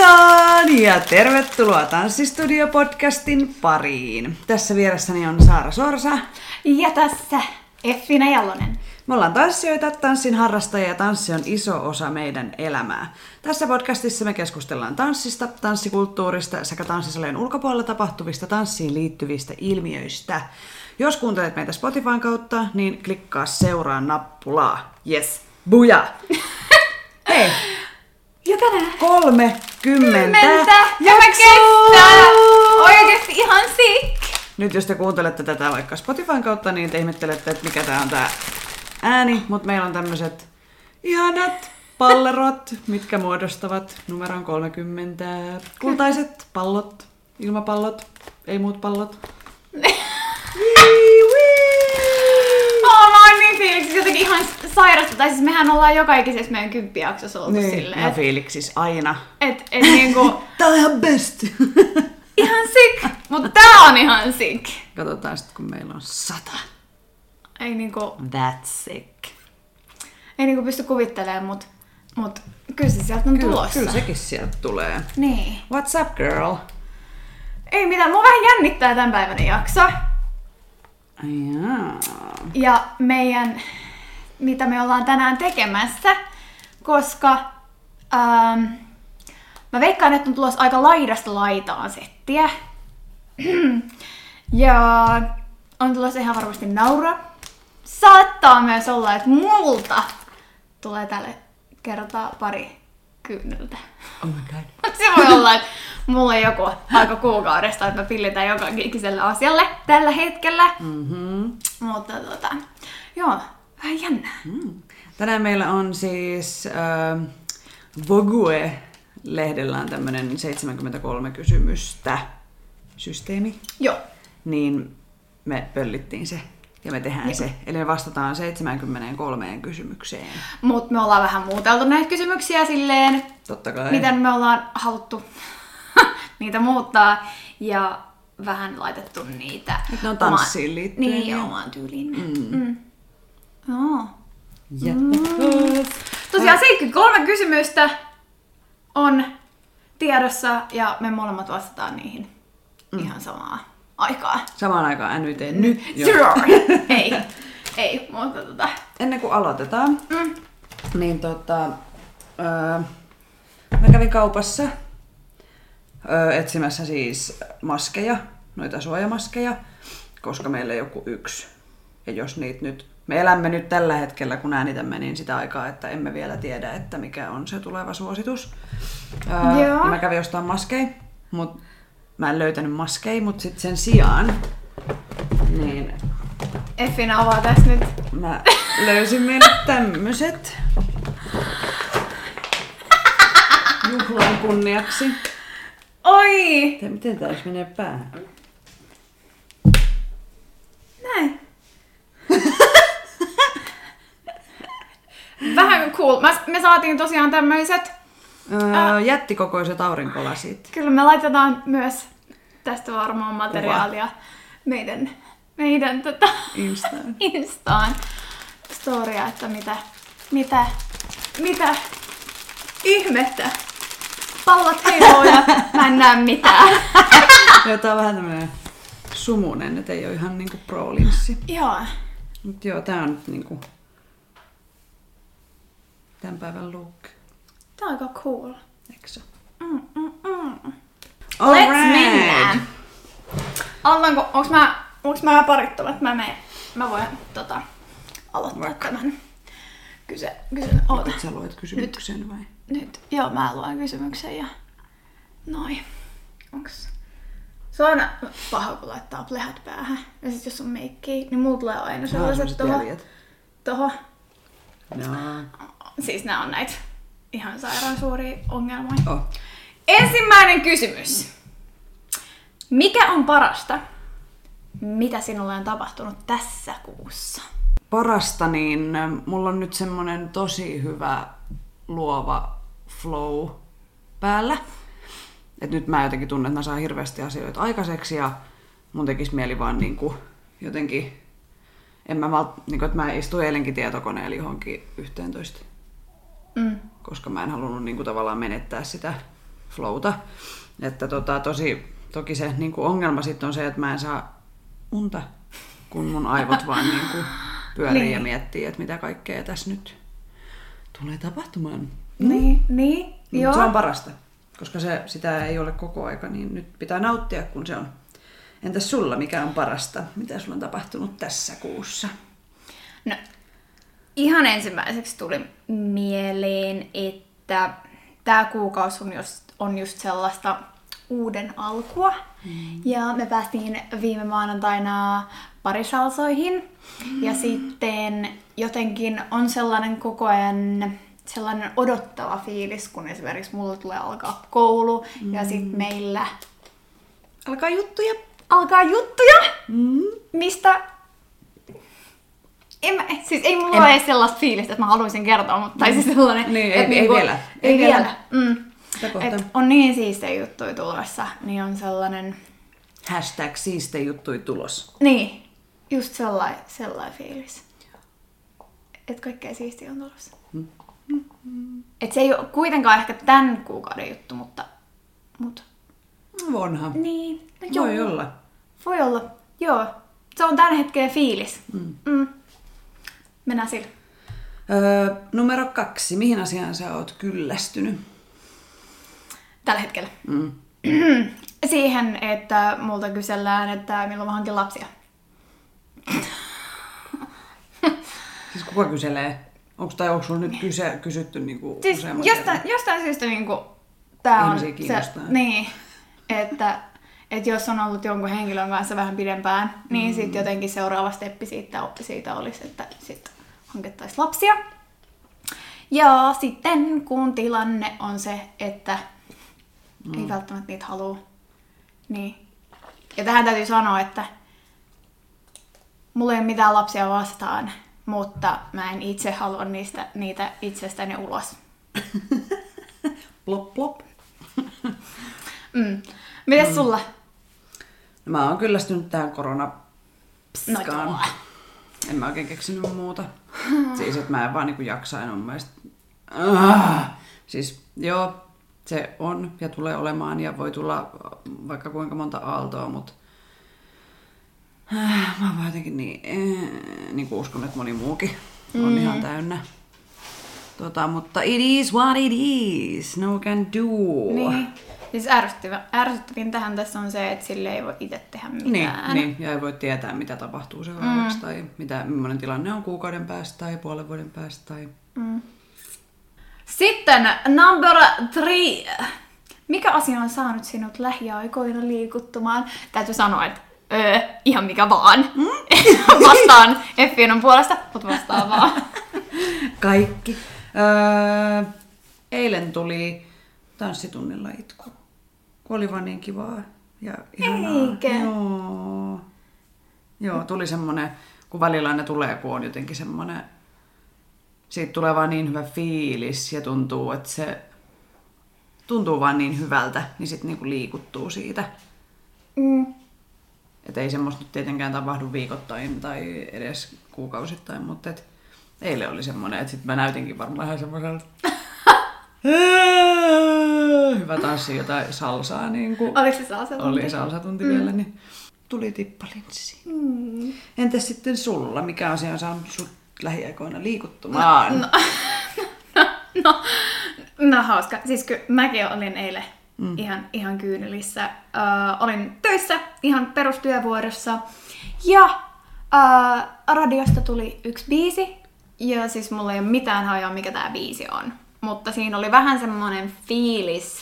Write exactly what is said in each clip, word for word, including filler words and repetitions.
Moikkaan ja tervetuloa Tanssistudio-podcastin pariin. Tässä vieressäni on Saara Sorsa. Ja tässä Effina Jalonen. Me ollaan tanssijoita, tanssin harrastajia ja tanssi on iso osa meidän elämää. Tässä podcastissa me keskustellaan tanssista, tanssikulttuurista sekä tanssisalien ulkopuolella tapahtuvista tanssiin liittyvistä ilmiöistä. Jos kuuntelet meitä Spotifyn kautta, niin klikkaa seuraa nappulaa. Yes, buja! Hei! Ja tänään kolmekymmentä jaksoa! Oikeesti ihan sick! Nyt jos te kuuntelette tätä vaikka Spotifyn kautta, niin te ihmettelette, että mikä tää on tää ääni, mutta meillä on tämmöiset ihanat pallerot, mitkä muodostavat numeron kolmekymmentä. Kultaiset pallot, ilmapallot, ei muut pallot. Oh, mä oon niin fiiliksissä jotenkin ihan sairasta. Tai siis mehän ollaan joka ikisessä meidän kymppijaksossa oltu niin, silleen. Niin, fiiliksissä aina. Et, et niinku... Tää on ihan best! Ihan sick! Mutta tää on ihan sick! Katsotaan sit, kun meillä on sata. Ei niinku... That's sick. Ei niinku pysty kuvittelemaan, mut, mut kyllä se sieltä on kyllä, tulossa. Kyllä sekin sieltä tulee. Niin. What's up, girl? Ei mitään, mua vähän jännittää tämän päivän jakso. Jaa. Ja meidän, mitä me ollaan tänään tekemässä, koska ähm, mä veikkaan, että on tulossa aika laidasta laitaan settiä. Ja on tulossa ihan varmasti naura. Saattaa myös olla, että multa tulee tälle kertaa pari kyyneltä. Oh my god. Se voi olla, että mulla on joku aika kuukaudesta, että me pillitään joka ikiselle asialle tällä hetkellä. Mm-hmm. Mutta tota, joo, vähän jännää. Mm. Tänään meillä on siis äh, Vogue-lehdellä on tämmönen seitsemänkymmentäkolme kysymystä systeemi. Joo. Niin me pöllittiin se ja me tehdään Joo. se. Eli me vastataan seitsemänkymmentäkolme kysymykseen. Mutta me ollaan vähän muuteltu näitä kysymyksiä silleen, Totta kai. miten me ollaan haluttu niitä muuttaa ja vähän laitettu niitä nyt ne on tanssiin liittyen. Niin, ja omaan tyyliin. Mm. Mm. Oh. Ja. Mm. Tosiaan seitsemänkymmentäkolme kysymystä on tiedossa ja me molemmat vastataan niihin mm. ihan samaa aikaa. Samaan aikaan N Y T nyt. ei, ei, mutta tota... Ennen kuin aloitetaan, Mm. niin tota, öö, mä kävin kaupassa öö, etsimässä siis maskeja, noita suojamaskeja, koska meillä ei joku yksi. Ja jos niitä nyt, me elämme nyt tällä hetkellä, kun äänitämme, niin sitä aikaa, että emme vielä tiedä, että mikä on se tuleva suositus. Öö, ja mä kävin ostamaan maskeja, mutta mä en löytänyt maskeja, mutta sitten sen sijaan, niin Effina avaa tässä nyt. mä löysin meille tämmöset juhlan kunniaksi. Oi! Miten tää menee päähän? Näin. Vähän cool. Me saatiin tosiaan tämmöiset. Öö, jättikokoiset aurinkolasit. Kyllä me laitetaan myös tästä varmaan materiaalia meidän, meidän tota, Instaan. Instaan storya, että mitä, mitä, mitä ihmettä. Pallot heiluu ja mä en näe mitään. Joo, tää on vähän tämmönen sumunen, et ei oo ihan niinku pro-linssi. Joo. Mut joo, tää on nyt niinku tän päivän look. Tää on aika cool. Eiksä? Mm, mm, mm. All Let's right. mennään. Aloitanko, onks mä, onks mä parittava, että mä menen, mä voin tota, aloittaa Vaikka. tämän kyse, kysyn, oota. Nyt sä luet kysymyksen nyt. Vai? Nyt, joo, mä luen kysymyksen ja noin. Onks? Se on aina paha, kun laittaa plehät päähän. Ja sit jos on meikkiä, niin mulla tulee aina sellaiset toho, toho. No. Siis nää on näitä ihan sairaan suuria ongelmia. Oh. Ensimmäinen kysymys. Mikä on parasta? Mitä sinulle on tapahtunut tässä kuussa? Parasta, niin mulla on nyt semmonen tosi hyvä luova flow päällä. Et nyt mä jotenkin tunnen, että mä saan hirveästi asioita aikaiseksi ja mun tekisi mieli vaan niinku jotenkin, en mä, niinku, että mä istuin eilenkin tietokoneella johonkin yhteentoista. Mm. Koska mä en halunnut niinku tavallaan menettää sitä flowta. Että tota, tosi, toki se niin kuin ongelma sitten on se, että mä en saa unta, kun mun aivot vaan niin kuin pyörii niin. Ja miettii, että mitä kaikkea tässä nyt tulee tapahtumaan. Niin, niin. Joo. Se on parasta, koska se, sitä ei ole koko aika, niin nyt pitää nauttia, kun se on. Entäs sulla, mikä on parasta? Mitä sulla on tapahtunut tässä kuussa? No, ihan ensimmäiseksi tuli mieleen, että tämä kuukausi on just, on just sellaista uuden alkua. Mm. Ja me päästiin viime maanantaina parisalsoihin. Mm. Ja sitten jotenkin on sellainen koko ajan sellainen odottava fiilis, kun esimerkiksi mulla tulee alkaa koulu. Mm. Ja sitten meillä alkaa juttuja. Alkaa juttuja, mm. mistä en mä, siis ei mulla en... ole edes sellaista fiilistä, että mä haluaisin kertoa, mutta tai siis sellainen, niin, että ei, niinku, ei vielä. Ei, ei vielä. vielä. Mm. Et on niin siistejä juttuja tulossa, niin on sellainen... Hashtag siistejä juttuja tulos. Niin, just sellainen sellai fiilis. Että kaikkea siistiä on tulossa. Mm. Mm. Et se ei ole kuitenkaan ehkä tämän kuukauden juttu, mutta... mutta... Vonha. Niin. No voi joo. olla. Voi olla, joo. Se on tämän hetken fiilis. Mm. Mm. Mennään sillä. Öö, numero kaksi. Mihin asiaan sä oot kyllästynyt? Tällä hetkellä. Mm. Siihen, että multa kysellään, että milloin mä hankin lapsia. Siis kuka kyselee? Onko tai onko sulla nyt kyse, kysytty niinku siis useamman jostain, jostain syystä niinku tää on ihmisiä kiinnostaa. Se, niin, että et jos on ollut jonkun henkilön kanssa vähän pidempään, niin mm. sitten jotenkin seuraava steppi siitä, siitä olisi, että sitten hankittaisiin lapsia. Ja sitten kun tilanne on se, että mm. ei välttämättä niitä halua, niin. Ja tähän täytyy sanoa, että mulla ei ole mitään lapsia vastaan, mutta mä en itse halua niistä, niitä itsestäni ulos. Plop plop. mm. Mites mm. sulla? Mä oon kyllästynyt tähän koronapskaan. No en mä oikein keksinyt muuta. Siis, että mä en vaan niinku jaksa en mun mielestä. Ah! Siis joo, se on ja tulee olemaan ja voi tulla vaikka kuinka monta aaltoa, mutta äh, mä oon vaan jotenkin niin, äh, niin kuin uskon, että moni muukin on mm. ihan täynnä. Tota, mutta it is what it is, no can do. Niin. Siis ärsyttävintähän tässä on se, että sille ei voi itse tehdä mitään. Niin, niin, ja ei voi tietää, mitä tapahtuu seuraavaksi, mm. tai mitä, millainen tilanne on kuukauden päästä tai puolen vuoden päästä. Tai... Mm. Sitten number three. Mikä asia on saanut sinut lähiaikoina liikuttumaan? Täytyy sanoa, että öö, ihan mikä vaan. Mm? Vastaan Effienon puolesta, mutta vastaan vaan. Kaikki. Öö, eilen tuli tanssitunnilla itku. Oli vaan niin kivaa ja ihanaa. Eikä? Joo. Joo, tuli semmonen, kun välillä ne tulee, kun on jotenkin semmonen, siitä tulee vaan niin hyvä fiilis ja tuntuu, että se tuntuu vaan niin hyvältä, niin sit niinku liikuttuu siitä. Mm. Et ei semmoista nyt tietenkään tapahdu viikoittain tai edes kuukausittain, mutta et eilen oli semmonen, että sit mä näytinkin varmaan ihan semmoiselta hyvä tanssi, jotain salsaa. Niin kuin oliko se salsatunti? Oli salsatunti mm. vielä, niin tuli tippalinssi. Mm. Entäs sitten sulla? Mikä asia on saanut sut lähiaikoina liikuttumaan? No, no, no, no hauska. Siis kyllä mäkin olin eilen mm. ihan, ihan kyynelissä. Uh, olin töissä ihan perustyövuorossa. Ja uh, radiosta tuli yksi biisi. Ja siis mulla ei ole mitään hajua, mikä tää biisi on. Mutta siinä oli vähän semmonen fiilis,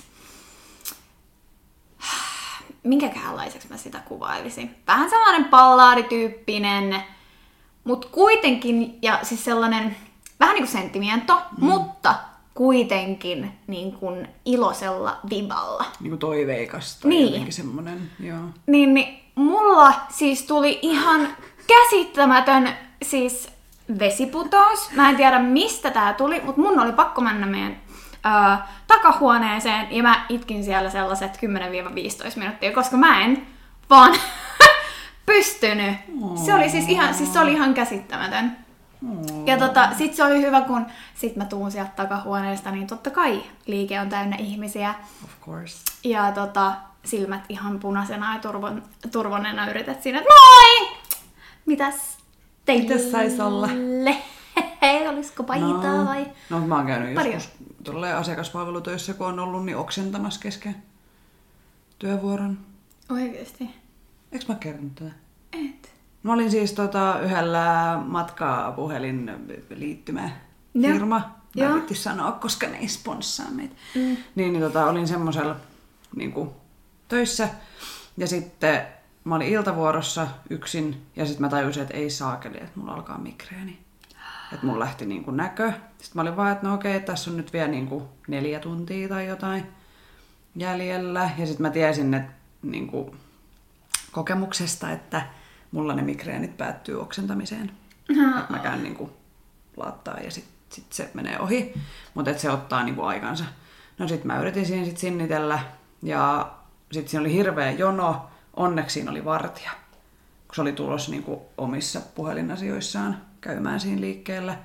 minkäkäänlaiseksi mä sitä kuvailisin. Vähän sellainen ballaadityyppinen, mutta kuitenkin, ja siis sellainen vähän niin kuin sentimiento, mm. mutta kuitenkin niin kuin iloisella viballa. Niin kuin toiveikasta. Niin. Jotenkin semmonen, joo. Niin, niin mulla siis tuli ihan käsittämätön siis vesiputous. Mä en tiedä mistä tää tuli, mutta mun oli pakko mennä meidän ö, takahuoneeseen ja mä itkin siellä sellaiset kymmenen viisitoista minuuttia, koska mä en vaan pystynyt. Se oli siis ihan, siis se oli ihan käsittämätön. Mm. Ja tota, sit se oli hyvä, kun sit mä tuun sieltä takahuoneesta, niin totta kai liike on täynnä ihmisiä. Of course. Ja tota, silmät ihan punaisena ja turvon, turvonena yrität siinä, että moi! Mitäs teille? Mitäs sais olla? Olisiko paitaa no. vai? No mä oon käynyt Paria. joskus tolleen asiakaspalvelutöissä, kun on ollut, niin oksentamassa kesken työvuoron. Oikeesti? Eiks mä kertonut tätä? Et. Mä olin siis tota, yhdellä matkapuhelinliittymä firma. Mä yritin sanoa, koska ne ei sponssaa meitä. Mm. Niin, niin tota, olin semmosella niin kuin, töissä. Ja sitten mä olin iltavuorossa yksin. Ja sitten mä tajusin, että ei saakeli, että mulla alkaa migreeni. Että mulla lähti niin kuin näkö. Sitten mä olin vaan, että no okei, tässä on nyt vielä niin kuin neljä tuntia tai jotain jäljellä. Ja sitten mä tiesin, että niin kuin, kokemuksesta, että mulla ne migreenit päättyy oksentamiseen. No. Että mä käyn niinku laattaa ja sit, sit se menee ohi. Mutta se ottaa niinku aikansa. No sit mä yritin siinä sit sinnitellä. Ja sit siinä oli hirveä jono. Onneksi siinä oli vartija. Kun se oli tulossa niinku omissa puhelinasioissaan käymään siinä liikkeellä.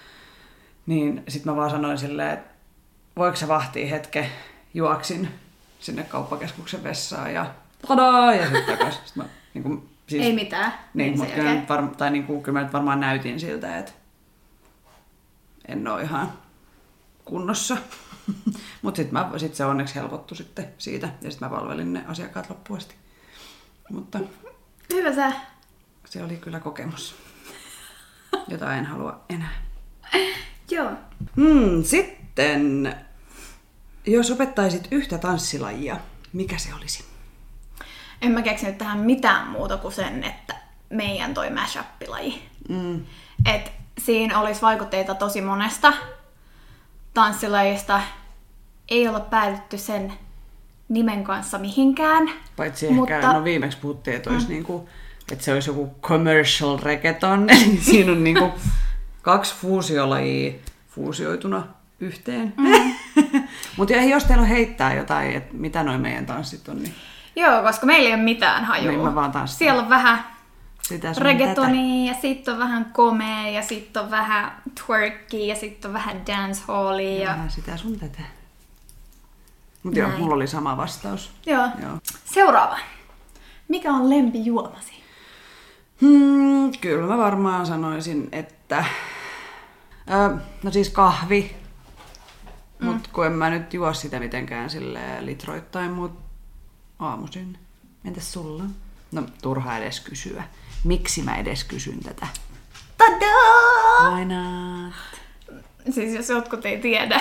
Niin sit mä vaan sanoin silleen, että voiko se vahtii hetken. Juoksin sinne kauppakeskuksen vessaan ja tadaa! Ja sit takas. Sit mä, niinku, siis, ei mitään. Niin, mutta kyllä, var, tai niinku, kyllä mä nyt varmaan näytin siltä, että en ole ihan kunnossa. Mutta sitten sit se onneksi helpottu sitten siitä. Ja sitten mä palvelin ne asiakkaat loppuun asti. Mutta hyvä sä. Se oli kyllä kokemus, jota en halua enää. Joo. Hmm, sitten, jos opettaisit yhtä tanssilajia, mikä se olisi? En mä keksinyt tähän mitään muuta kuin sen, että meidän toi mashup-laji. Mm. Et siinä olisi vaikutteita tosi monesta tanssillajista. Ei olla päädytty sen nimen kanssa mihinkään. Paitsi mutta ehkä, no viimeksi puhuttiin, että, olisi mm. niinku, että se olisi joku commercial reggaeton. Eli siinä on niinku kaksi fuusiolajia fuusioituna yhteen. Mm. Mutta jos teillä on heittää jotain, että mitä noin meidän tanssit on, niin joo, koska meillä ei ole mitään hajua. Niin mä vaan tanssin. Siellä on vähän reggaetonia ja sitten on vähän komea ja sitten on vähän twerkia ja sitten on vähän dancehallia. Ja vähän sitä sun tätä. Mutta joo, mulla oli sama vastaus. Joo. joo. Seuraava. Mikä on lempijuomasi? Hmm, kyllä mä varmaan sanoisin, että Ö, no siis kahvi. Mm. Mut kun en mä nyt juo sitä mitenkään silleen litroittain, mut aamuisin. Entäs sulla? No turha edes kysyä. Miksi mä edes kysyn tätä? Tadaa! Why not? Siis jos jotkut ei tiedä,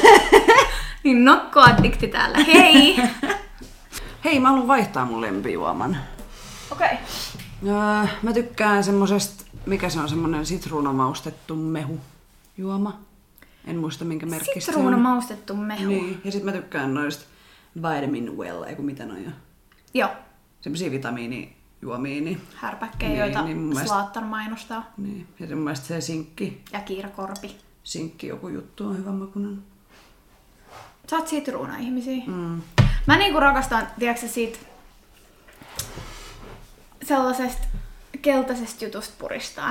niin nokkoaddikti täällä. Hei! Hei, mä haluan vaihtaa mun lempijuoman. Okei. Okay. Öö, mä tykkään semmosesta, mikä se on, semmonen sitruunamaustettu mehujuoma. En muista minkä merkistä se on. Sitruunamaustettu mehu. Niin, ja sit mä tykkään noista Vitamin Well, eiku mitä noi on. Joo. Semmosia vitamiinijuomia. Niin, härpäkkejä, niin, joita niin mielestä Slaattar mainostaa. Niin, ja mun mielestä se sinkki. Ja kiirakorpi. Sinkki joku juttu on hyvän makuinen. Sä oot sitruuna-ihmisiä. Mm. Mä niinku rakastan, tiedätkö siitä sellaisesta keltaisesta jutusta puristaa.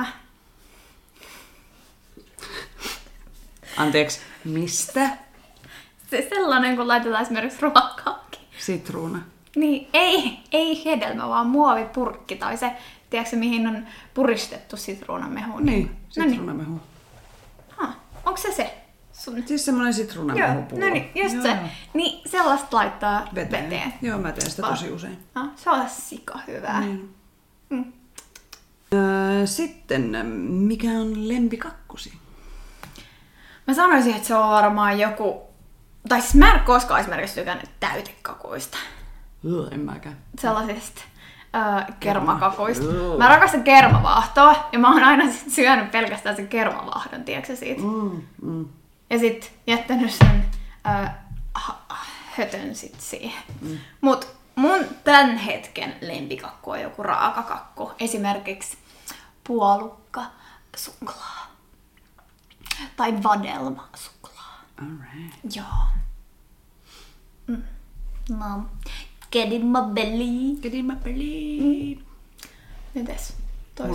Anteeksi, mistä? Se sellainen, kun laitetaan esimerkiksi ruokaakin. Sitruuna. Niin, ei, ei hedelmä, vaan muovipurkki tai se, tiedätkö mihin on puristettu sitruunamehu. Niin, sitruunamehu. No niin. Onko se se? Sun... Siis semmoinen sitruunamehupullo. No niin, just joo. Se. Niin sellaista laittaa veteen. veteen. Joo, mä teen sitä tosi usein. No, se on sika hyvää. Niin. Mm. Öö, sitten, mikä on lempikakkusi? Mä sanoisin, että se on varmaan joku, tai siis mä en koskaan esimerkiksi tykännyt täytekakuista. Öö, en mäkään. Sellaisista öö, kermakakuista. Kerma. Mä rakastan kermavaahtoa ja mä oon aina sit syönyt pelkästään sen kermavaahdon, tiedätkö siitä? Mm, mm. Ja sit jättänyt sen öö, hötön sit siihen. Mm. Mut mun tän hetken lempikakku on joku raakakakku. Esimerkiksi puolukka, suklaa. Tai vadelma, suklaa. Alright. Joo. Mm. No. Get in my belly. Get in my belly. Mm. Mites? Toisella.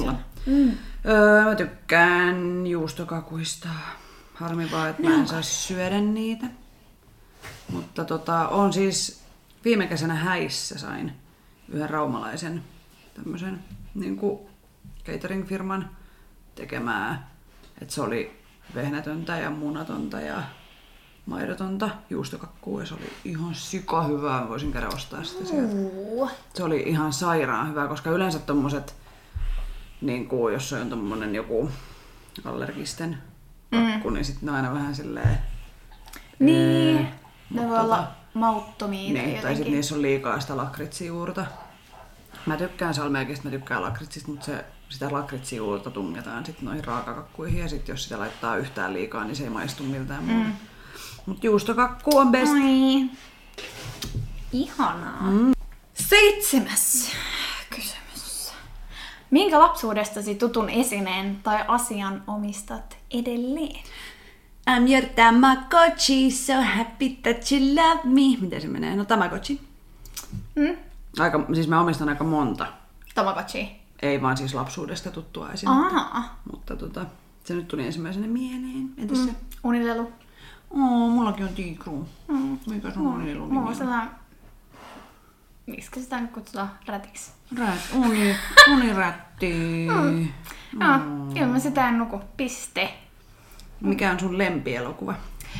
Mm. Öö, mä tykkään juustokakuista. Harmi vaan, että mä en saa syödä niitä. Mutta tota, on siis viime kesänä Häissä sain yhden raumalaisen tämmöisen niin kuin catering-firman tekemää. Että se oli vehnätöntä ja munatonta ja maidotonta juustokakkua ja se oli ihan sika hyvää. Mä voisin käydä ostaa sitä sieltä. Uh. Se oli ihan sairaan hyvä, koska yleensä tommoset, niin kuin jos on tommonen joku allergisten kakku, mm. niin sit ne on aina vähän silleen... Niin, ee, ne voi tota, olla mauttomia niin, tai sit niissä on liikaa sitä lakritsijuurta. Mä tykkään salmiakista, mä tykkään lakritsista, mutta se, sitä lakritsijuurta tungetaan sit noihin raakakakkuihin ja sit jos sitä laittaa yhtään liikaa, niin se ei maistu miltään muuta. Mm. Mut juustokakku on best. Oi. Ihanaa. Mm. Seitsemäs kysymys. Minkä lapsuudestasi tutun esineen tai asian omistat edelleen? I'm your Tamagotchi, so happy that you love me. Miten se menee? No Tamagotchi. Mm? Aika, siis mä omistan aika monta. Tamagotchi? Ei vaan siis lapsuudesta tuttua esinettä. Aa. Mutta tota, se nyt tuli ensimmäisenä mieleen. Entäs mm. se? Unilelu. Oo, mullakin on tiikru. Mm. Mikä se on unilelu? Mulla on sellainen... Miksikä sitä nyt kutsutaan? Rätiksi? Rät, uni, unirätti. Mm. No, mm. ilman sitä en nuku. Piste. Mikä on sun lempielokuva?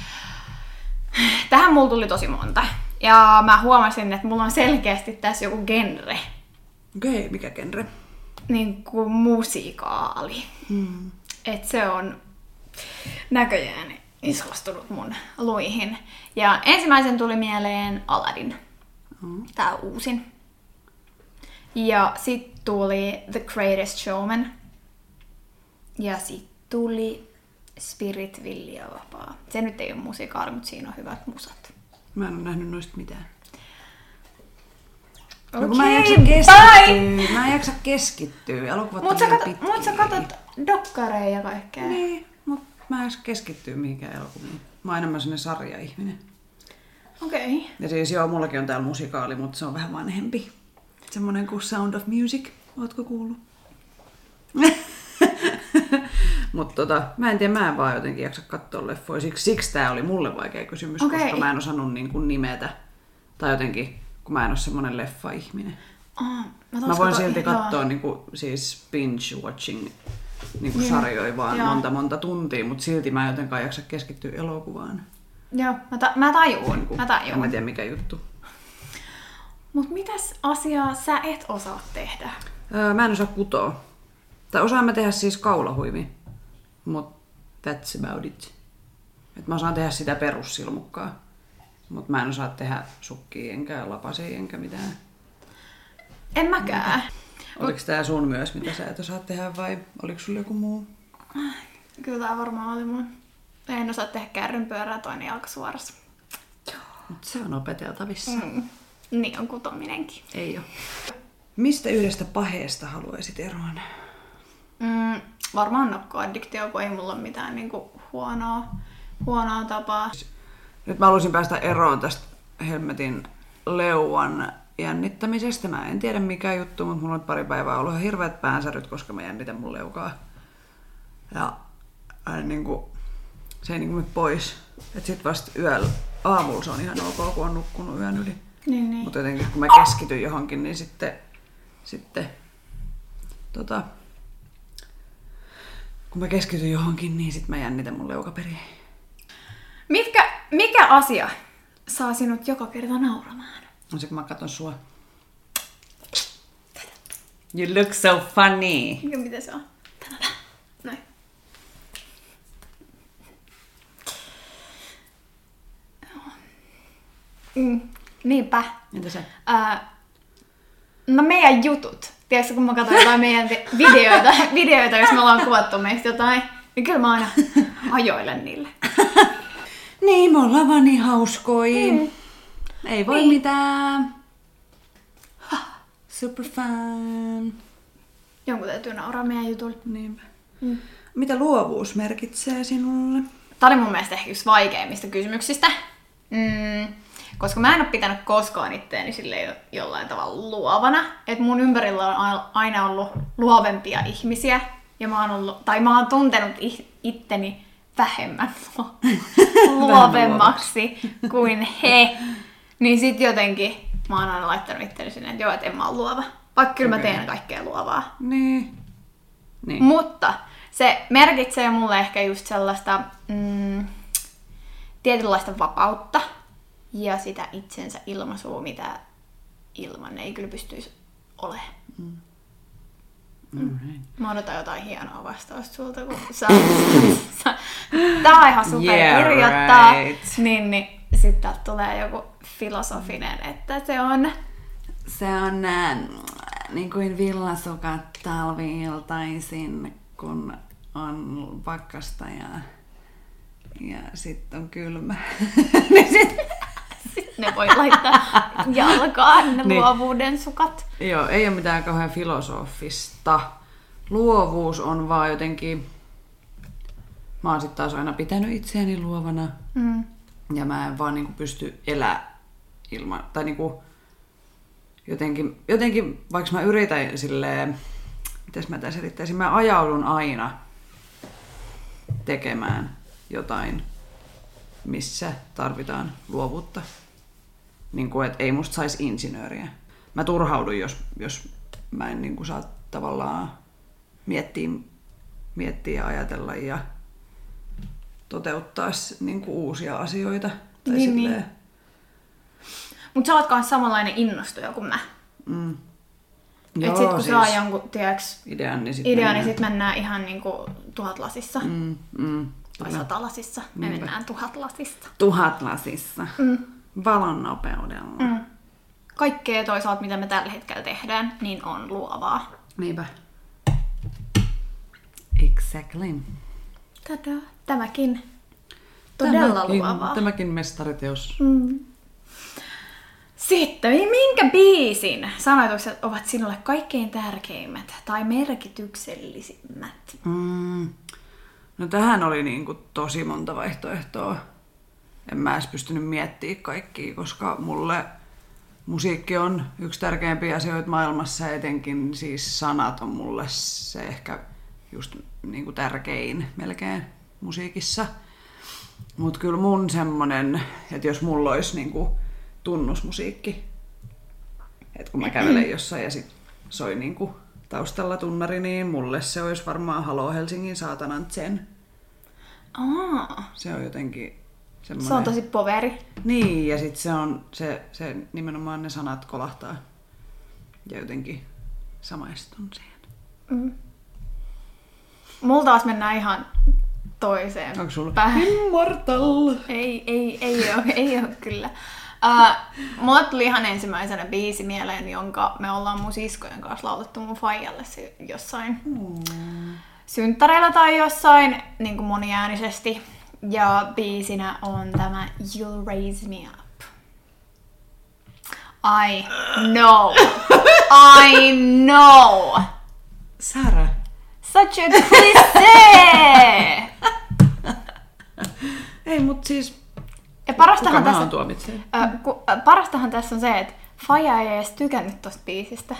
Tähän mulla tuli tosi monta. Ja mä huomasin, että mulla on selkeästi tässä joku genre. Okei, okay, mikä genre? Niin kuin musikaali. Mm. Et se on näköjään iskostunut mun luihin. Ja ensimmäisen tuli mieleen Aladdin. Mm. Tää uusin. Ja sit tuli The Greatest Showman. Ja sit tuli Spirit, Villi ja Vapaa. Se nyt ei ole musikaali, mutta siinä on hyvät musat. Mä en ole nähnyt noista mitään. Okay, no, kun mä en jaksa keskittyä. Mä en jaksa keskittyä. Elokuvat mut sä, kat- mut sä katot dokkareja ja kaikkea. Niin, mut mä en jaksa keskittyä mihinkään elokuviin. Mä oon enemmän sellainen sarjaihminen. Okei. Okay. Ja siis joo, mullakin on täällä musikaali, mutta se on vähän vanhempi. Semmonen kuin Sound of Music. Ootko kuullut? Mutta tota, mä en tiedä, mä en vaan jotenkin jaksa katsoa leffoja. Siksi, siksi tää oli mulle vaikea kysymys, okay. koska mä en osannut niin kuin nimetä. Tai jotenkin, kun mä en ole semmonen leffa-ihminen. Oh, mä, mä voin silti katsoa niin kuin, siis binge-watching niin kuin niin, sarjoja vaan joo. monta monta tuntia, mutta silti mä en jotenkaan jaksa keskittyä elokuvaan. Joo, mä, ta- mä tajuun. Niin kuin, mä tajuun. En mä tiedä mikä juttu. Mut mitäs asiaa sä et osaa tehdä? Öö, mä en osaa kutoa. Tai osaan mä tehdä siis kaulahuivi. Mut that's about it. Et mä osaan tehdä sitä perussilmukkaa. Mut mä en osaa tehdä sukkia enkä lapasia enkä mitään. En mäkään. Oliko tää sun myös, mitä sä et osaa tehdä vai oliko sulla joku muu? Kyllä tää varmaan oli mun. En osaa tehdä kärrynpyörää, toinen jalka suorassa. Mut se on opeteltavissa. Mm. Niin on kutominenkin. Ei oo. Mistä yhdestä paheesta haluaisit eroon? Mm, varmaan nokkoaddiktio, kun ei mulla ole mitään niinku huonoa, huonoa tapaa. Nyt mä haluaisin päästä eroon tästä helmetin leuan jännittämisestä. Mä en tiedä mikä juttu, mutta mulla on pari päivää ollut hirveät päänsäryt, koska mä jännitän mun leukaa. Ja äh, niinku, se ei niinku mene pois. Et sit vasta yöllä, aamulla se on ihan ok, kun on nukkunut yön yli. Niin, niin. Mutta jotenkin kun mä keskityn johonkin, niin sitten, sitten tota, kun mä keskityn johonkin, niin sit mä jännitän mun leukaperiä. Mitkä, mikä asia saa sinut joka kerta nauramaan? On se, kun mä katson sua. You look so funny. Ja mitä se on? Noin. Mm, niinpä. Entä se? Uh, no meidän jutut. Tiedätkö, kun mä katson jotain meidän videoita, videoita, jos me ollaan kuvattu meistä jotain, niin kyllä mä aina ajoilen niille. Niin, me ollaan vaan niin hauskoi. Mm. Ei voi niin. mitään. Super fun. Jonkun täytyy nauraa meidän jutulle. Niinpä. Mm. Mitä luovuus merkitsee sinulle? Tää oli mun mielestä ehkä yksi vaikeimmista kysymyksistä. Mm, koska mä en ole pitänyt koskaan itteeni silleen jollain tavalla luovana. Et mun ympärillä on aina ollut luovempia ihmisiä. Ja mä oon ollut, tai mä oon tuntenut itteni vähemmän luovemmaksi kuin he. Niin sit jotenkin mä oon aina laittanut itteni sinne, että joo, et en mä oon luova. Vaikka kyllä okay. Mä teen kaikkea luovaa. Niin. niin. Mutta se merkitsee mulle ehkä just sellaista mm, tietynlaista vapautta ja sitä itsensä ilmaisua, mitä ilman ei kyllä pystyisi olemaan. Mm. Mm. Mä odotan jotain hienoa vastausta sulta, kun sä, sä tää on ihan super yeah, kirjoittaa, right. niin, niin sitten täältä tulee joku filosofinen, että se on... Se on äh, niin kuin villasukat talvi-iltaisin, kun on pakkasta ja, ja sitten on kylmä. niin sit... Sitten ne voi laittaa jalkaan ne niin. Luovuuden sukat. Joo, ei ole mitään kauhean filosofista. Luovuus on vaan jotenkin... Mä oon sit taas aina pitänyt itseäni luovana. Mm. Ja mä en vaan niinku pysty elää ilman... Tai niinku jotenkin, jotenkin, vaikka mä yritän silleen... Mites mä tämän selittäisin? Mä ajaudun aina tekemään jotain, missä tarvitaan luovuutta. Niin kuin, että ei musta saisi insinööriä. Mä turhaudun, jos, jos mä en niin kuin saa tavallaan miettiä, miettiä ja ajatella ja toteuttaa niin kuin uusia asioita. Tai niin, niin. Mutta sä oot myös samanlainen innostuja kuin mä. Mm. Että sit kun siis saa jonkun tiiäks, idean, niin sit idea, mennään, niin sit mennään ihan niinku tuhat lasissa. Mm, mm, tai sata lasissa. Me Niinpä. Mennään tuhat lasissa. Tuhat lasissa. Mm. Valon nopeudella. Mm. Kaikkea toisaalta, mitä me tällä hetkellä tehdään, niin on luovaa. Niinpä. Exactly. Tada. Tämäkin. Todella tämäkin, luovaa. Tämäkin mestariteos. Mm. Sitten, minkä biisin sanoitukset ovat sinulle kaikkein tärkeimmät tai merkityksellisimmät? Mm. No tähän oli niinku tosi monta vaihtoehtoa. En mä edes pystynyt miettimään kaikkia, koska mulle musiikki on yksi tärkeimpiä asioita maailmassa, etenkin siis sanat on mulle se ehkä just niinku tärkein melkein musiikissa. Mut kyllä mun semmonen, että jos mulla olisi niinku tunnusmusiikki, että kun mä kävelen jossain ja sit soi niinku taustalla tunnari, niin mulle se olisi varmaan Halo Helsingin saatanan Zen. Aa. Se on jotenkin semmoinen... Se on tosi poveri. Niin, ja sit se on, se, se nimenomaan ne sanat kolahtaa. Ja jotenkin samaistun siihen. Mm. Mulla taas mennään ihan toiseen. Onko sulla Päh... Immortal? Ei, ei, ei ole, ei ole kyllä. Uh, mulle tuli ihan ensimmäisenä biisi mieleen, jonka me ollaan mun siskojen kanssa laulettu mun faijalle jossain mm. synttäreillä tai jossain niin kuin moniäänisesti. Ja biisinä on tämä You'll Raise Me Up. I know. I know. Sara. Such a cliché. Ei, mut siis... Ja parastahan Kuka tässä, äh, ku, äh, parastahan tässä on se, että faija ei edes tykännyt tosta biisistä.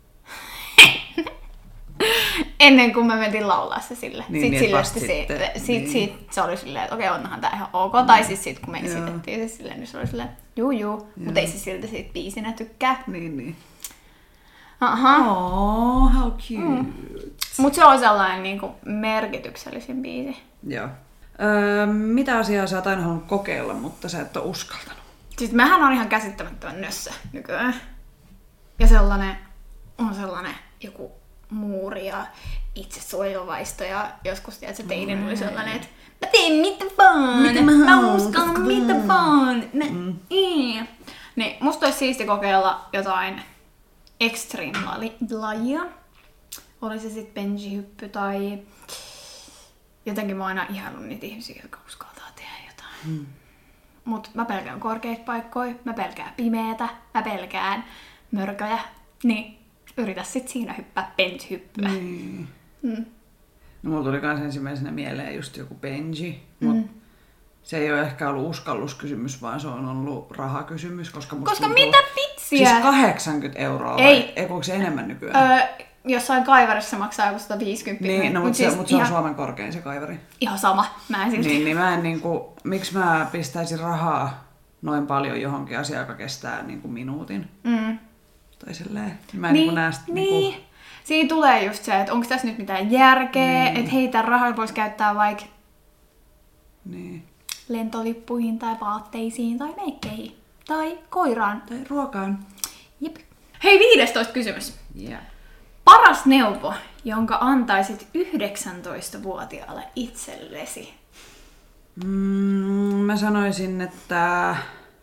Ennen kuin me mentiin laulaa se sille. Niin, sitten niin, sille, sitten, sit, sit, niin. sit, se oli silleen, että okei, okay, onhan tää ihan ok. Mm. Tai siis sit, kun me esitettiin se silleen, niin se oli silleen, juu juu. Mutta ei se silti siitä biisinä tykkää. Niin, niin. Aha. Oh, how cute. Mm. Mut se on sellainen niin kuin merkityksellisin biisi. Joo. Öö, mitä asiaa sä oot aina halunnut kokeilla, mutta sä et ole uskaltanut? Siis mähän on ihan käsittämättömän nössö nykyään. Ja sellainen, on sellainen joku muuri ja itsesuojeluvaisto ja joskus tiedät, se teinen oli sellainen, että mä teen mitä vaan, mitä mä, mä uskallan mitä vaan. Mä, mm. mm. Niin musta olisi siisti kokeilla jotain extreme-lajia. Oli se sitten benji-hyppy tai jotenkin mä oon aina ihaillut niitä ihmisiä, jotka uskaltaa tehdä jotain. Mm. Mut mä pelkään korkeita paikkoja, mä pelkään pimeätä, mä pelkään mörköjä. Niin yritä sit siinä hyppää benji-hyppyä. Niin. Mm. No mulla tuli kans ensimmäisenä mieleen just joku benji, mut mm. se ei ole ehkä ollut uskalluskysymys, vaan se on ollut rahakysymys, koska musta Koska tuntuu, mitä pitsiä? Siis kahdeksankymmentä euroa ei. Vai? Eikö se enemmän nykyään? Öö, jossain kaivarissa maksaa joku sata viisikymmentä. Niin, no, mut mutta siis se, mut se on ihan, Suomen korkein se kaivari. ihan sama. Mä en silti. Niin, niin mä en niinku, miksi mä pistäisin rahaa noin paljon johonkin asiaan, joka kestää niinku minuutin. Mm. Tai silleen. Mä en niin, niinku näe sitä niin. niinku... Siinä tulee just se, että onko tässä nyt mitään järkeä, niin. Että hei, tämän rahaa voisi käyttää vaikka niin. lentolippuihin tai vaatteisiin tai meikkeihin. Tai koiraan. Tai ruokaan. Jep. Hei, viidestoista kysymys. Yeah. Paras neuvo, jonka antaisit yhdeksäntoistavuotiaalle itsellesi? Mm, mä sanoisin, että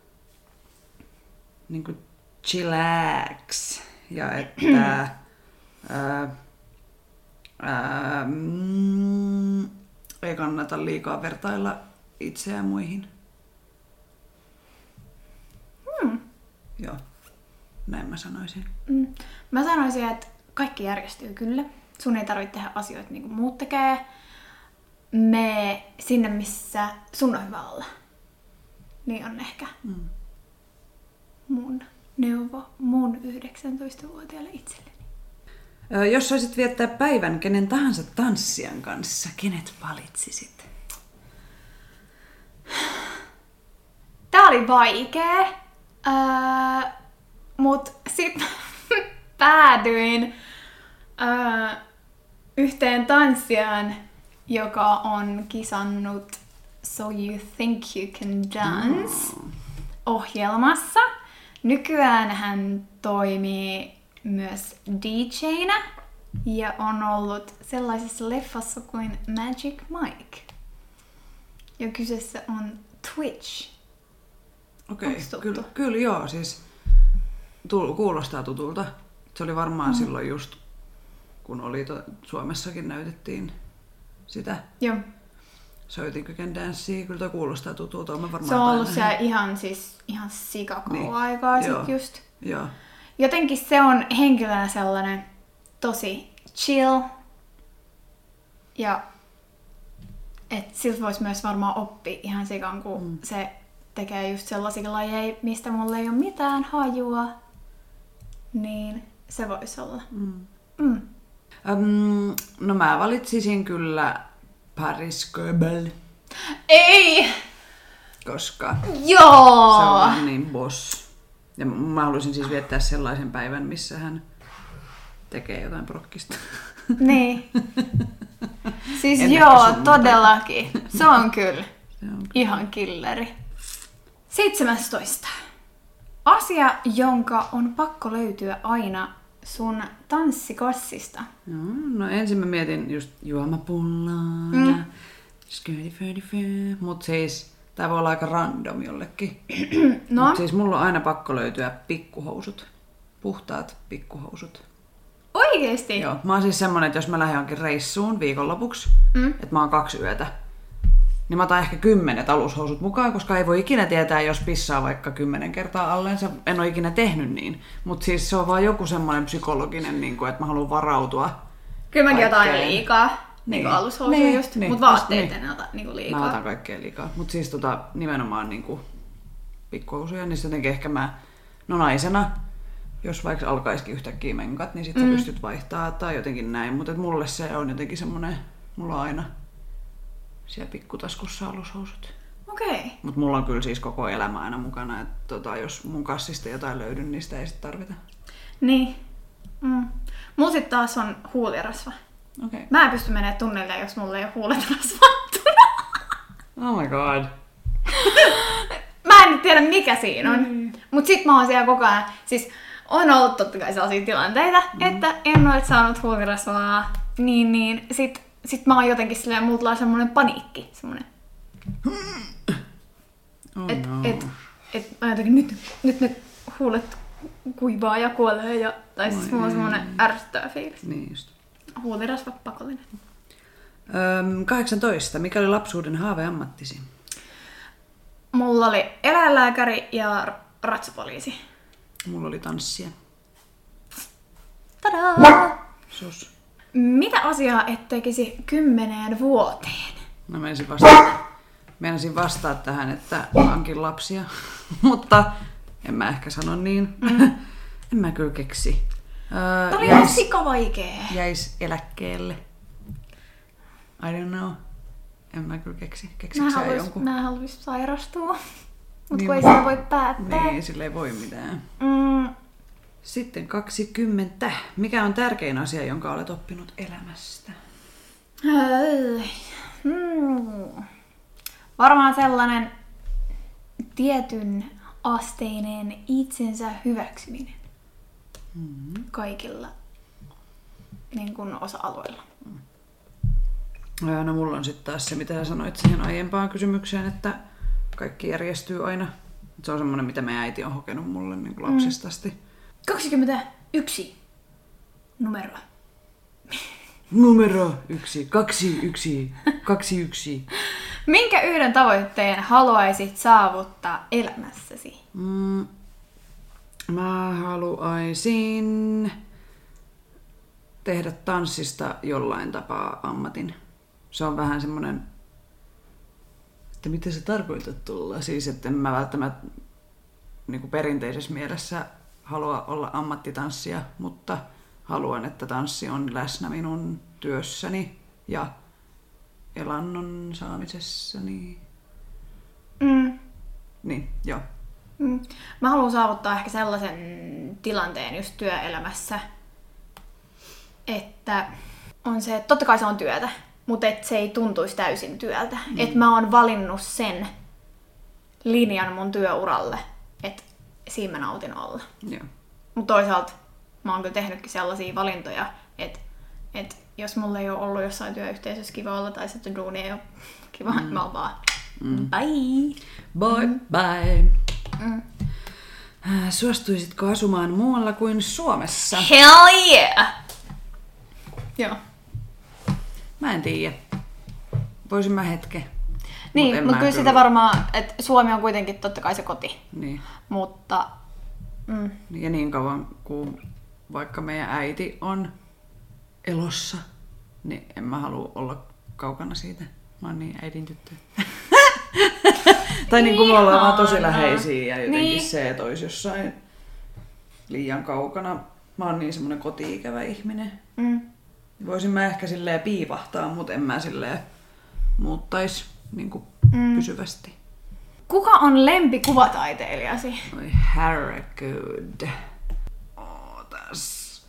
niinku chillax ja että ää, ää, mm, ei kannata liikaa vertailla itseään muihin. Hmm. Joo, näin mä sanoisin. Mm. Mä sanoisin, että kaikki järjestyy kyllä. Sun ei tarvitse tehdä asioita niin kuin muut tekee. Mene sinne, missä sun on hyvä olla. Niin on ehkä Mm. mun neuvo mun yhdeksäntoistavuotiaalle itselleni. Ö, jos saisit viettää päivän kenen tahansa tanssijan kanssa, kenet valitsisit? Tää oli vaikee, öö, mut sit päädyin öö, yhteen tanssijaan, joka on kisannut So You Think You Can Dance Mm. ohjelmassa. Nykyään hän toimii myös D J:nä ja on ollut sellaisessa leffassa kuin Magic Mike. Ja kyseessä on Twitch. Okei, Onks tuttu? kyllä, kyllä joo, siis tull, kuulostaa tutulta. Se oli varmaan mm. silloin just, kun oli to, Suomessakin näytettiin sitä. Joo. So You Think You Can Dancea, kyllä toi kuulostaa tutulta. Mä varmaan Se on ollut nähnyt. siellä ihan, siis, ihan sikakauan Niin. aikaa Joo. sit just. Joo. Jotenkin se on henkilönä sellainen tosi chill. Ja et siltä voisi myös varmaan oppia ihan sikan, kun mm. se tekee just sellaisia lajeja, mistä mulla ei ole mitään hajua. Niin se voisi olla. Mm. Mm. Um, no mä valitsisin kyllä Paris Goebel, Ei! koska Joo! se on niin boss. Ja mä haluaisin siis viettää sellaisen päivän, missä hän tekee jotain prokkista. Niin. Siis En joo, ehkä sunnuntai. todellakin. Se on kyllä Se on ihan killeri. seitsemästoista. Asia, jonka on pakko löytyä aina sun tanssikassista. No, no ensin mä mietin just juomapullaa Mm. ja skirty-furty-fur. Mut siis tää voi olla aika random jollekin. No, Mut siis mulla on aina pakko löytyä pikkuhousut. Puhtaat pikkuhousut. oikeesti? Joo, mä oon siis semmonen, että jos mä lähden jonkin reissuun viikonlopuksi, Mm. että mä oon kaksi yötä, niin mä otan ehkä kymmenet alushousut mukaan, koska ei voi ikinä tietää, jos pissaa vaikka kymmenen kertaa alleensa. En ole ikinä tehnyt niin. Mutta siis se on vaan joku semmoinen psykologinen, niin kuin, että mä haluan varautua. Kyllä mäkin otan aina kaikkeen. liikaa. Niin, Niin. niin alushousuja Niin, just, niin, mut vaatteet niin. en ota niinku liikaa. Mä otan kaikkea liikaa. Mutta siis tota, nimenomaan niin kuin pikkuhousuja, niin jotenkin ehkä mä, no naisena, jos vaikka alkaisikin yhtäkkiä menkat, niin sit sä Mm. pystyt vaihtaa tai jotenkin näin. Mutta mulle se on jotenkin semmonen, mulla on aina siellä pikkutaskussa alushousut. Okei. Okay. Mutta mulla on kyllä siis koko elämä aina mukana, että tota, jos mun kassista jotain löydy, niin sitä ei sit tarvita. Niin. Mm. Mulla sit taas on huulirasva. Okei. Okay. Mä en pysty menemään tunnille, jos mulla ei ole huulet rasvattuna. Oh my god. Mä en nyt tiedä mikä siinä on. Mm. Mut sit mä oon siellä koko ajan, siis on ollut totta kai sellaisia tilanteita, mm. että en ole saanut huulirasvaa, niin, niin sit, sit mä oon jotenkin silleen, mulla tulee semmonen paniikki, semmonen, Oh et, no. et, et mä jotenkin nyt, nyt ne huulet kuivaa ja kuolee, ja, tai siis Oi mulla on ei. semmonen ärsyttävä fiilis. Niin just. Huulirasva pakollinen. Öm, kahdeksantoista. Mikä oli lapsuuden haaveammattisi? Mulla oli eläinlääkäri ja ratsupoliisi. Mulla oli tanssia. Tadaa! Sus. Mitä asiaa et tekisi kymmeneen vuoteen? Mä menisin vastata, menisin vastaa tähän, että hankin lapsia, mutta en mä ehkä sano niin. Mm. En mä kyllä keksi. Öö, Tämä oli ihan sikavaikee. Jäis eläkkeelle. I don't know. En mä kyllä keksi. Keksitkö Mä sä haluais, jonkun? mä haluais sairastua. Mut Niin, kun ei sitä voi päättää. Niin, sille ei voi mitään. Mm. Sitten kaksikymmentä. Mikä on tärkein asia, jonka olet oppinut elämästä? Hmm. Varmaan sellainen tietyn asteinen itsensä hyväksyminen Mm-hmm. kaikilla niin kuin osa-alueilla. No mulla on sitten taas se, mitä sä sanoit siihen aiempaan kysymykseen, että kaikki järjestyy aina. Se on semmoinen, mitä meidän äiti on hokenut mulle niin kuin lapsesta asti. kaksikymmentäyksi numeroa. Numero yksi, kaksi, yksi, kaksi, yksi. Minkä yhden tavoitteen haluaisit saavuttaa elämässäsi? Mm, mä haluaisin tehdä tanssista jollain tapaa ammatin. Se on vähän semmoinen, että mitä sä tarkoitat tulla? Siis, että en mä välttämättä niin kuin perinteisessä mielessä halua olla ammattitanssija, mutta haluan, että tanssi on läsnä minun työssäni ja elannon saamisessani. Mm. Niin, joo. Mm. Mä haluan saavuttaa ehkä sellaisen tilanteen just työelämässä, että on se, että totta kai se on työtä, mutta et se ei tuntuisi täysin työltä. Mm. Että mä oon valinnut sen linjan mun työuralle, että siinä mä nautin olla. Joo. Mutta toisaalta mä oon kyllä tehnytkin sellaisia valintoja, että, että jos mulla ei ole ollut jossain työyhteisössä kiva olla tai sitten duuni ei ole kiva, mm. mä oon vaan mm. bye. Bye Mm. bye. Mm. Suostuisitko asumaan muualla kuin Suomessa? Hell yeah! Joo. Mä en tiedä. Voisin mä hetken. Niin, mutta mut kyllä sitä varmaan, että Suomi on kuitenkin totta kai se koti. Niin. Mutta... Mm. Ja niin kauan kuin vaikka meidän äiti on elossa, niin en mä halua olla kaukana siitä. Mä oon niin äidin tyttö. Tai niin kuin me ollaan vaan tosi läheisiä ja jotenkin niin. Se, että olisi jossain liian kaukana. Mä oon niin semmonen koti-ikävä ihminen. Mm. Voisin mä ehkä silleen piipahtaa, mutta en mä silleen muuttais niin kuin mm. pysyvästi. Kuka on lempikuvataiteilijasi? Oi herregud. Ootas.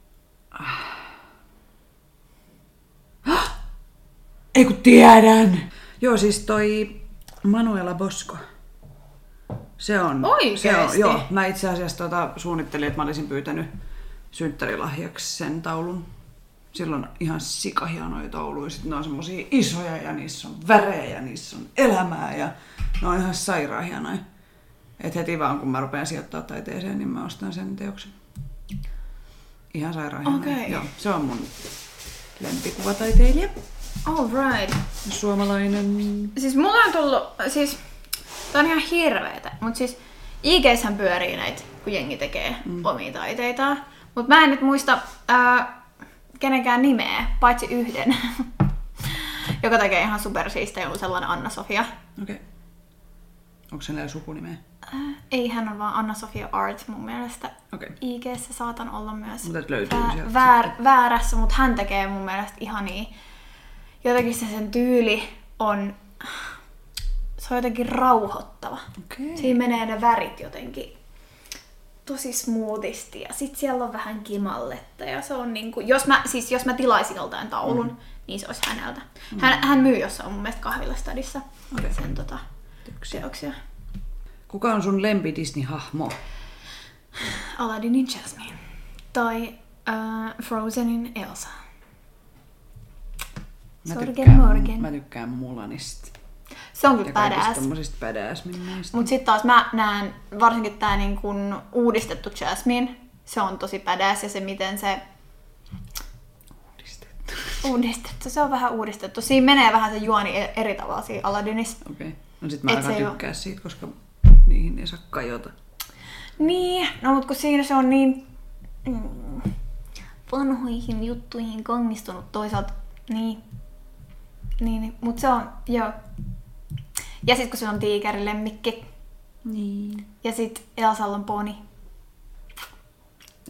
Ei kun tiedän! Joo, siis toi Manuela Bosco. Se on... Oikeesti? Se on, joo, mä itse asiassa tota, suunnittelin, että mä olisin pyytänyt synttärilahjaksi sen taulun. Silloin ihan sikahienoja tauluja. Sitten ne on semmosia isoja ja niissä on värejä ja niissä on elämää ja ne on ihan sairaan hienoja. Et heti vaan kun mä rupean sijoittaa taiteeseen, niin mä ostan sen teoksen. Ihan sairaan hienoja. Okay. Joo, se on mun lempikuvataiteilija. All right. Suomalainen. Siis mulla on tullut, siis tää on ihan hirveetä, mut siis I G:ssähän pyörii näitä, kun jengi tekee mm. omia taiteitaan. Mut mä en nyt muista ää, kenenkään nimeä, paitsi yhden, joka tekee ihan supersiistejä, on sellainen Anna-Sofia. Okei. Okay. Onko se näillä sukunimeä? Äh, ei, hän on vaan Anna-Sofia Art mun mielestä. Okay. I G:ssä saatan olla myös vä- väär, väärässä, mutta hän tekee mun mielestä ihania. Jotenkin se sen tyyli on, se on jotenkin rauhoittava. Okay. Siinä menee ne värit jotenkin tosi smoothisti ja sit siellä on vähän kimalletta ja se on niinku, jos mä, siis jos mä tilaisin joltain taulun, mm. niin se olisi häneltä. Mm. Hän, hän myy jossain mun mielestä kahvilastadissa okay. sen tota, teoksia. Kuka on sun lempi Disney-hahmo? Aladdinin Jasmine. Tai uh, Frozenin Elsa. Mä Sorgen tykkään, Morgen. mä tykkään Mulanista. Se on kyllä ja kaikista badass. tommosista badass-minneistä. Mut sit taas mä näen varsinkin tää niin kun uudistettu Jasmine. Se on tosi badass ja se miten se... Uudistettu. Uudistettu. Se on vähän uudistettu. Siinä menee vähän se juoni eri tavalla siinä Aladdinissa. Okei. Okay. No sit mä Et alkan tykkää ole... siitä, koska niihin ei saa kajota. Niin, no mut kun siinä se on niin mm, vanhoihin juttuihin kangistunut toisaalta. Niin. Niin, mut se on, joo. Ja sit kun se on tiikerilemmikki. Niin. Ja sit Elsalla on poni.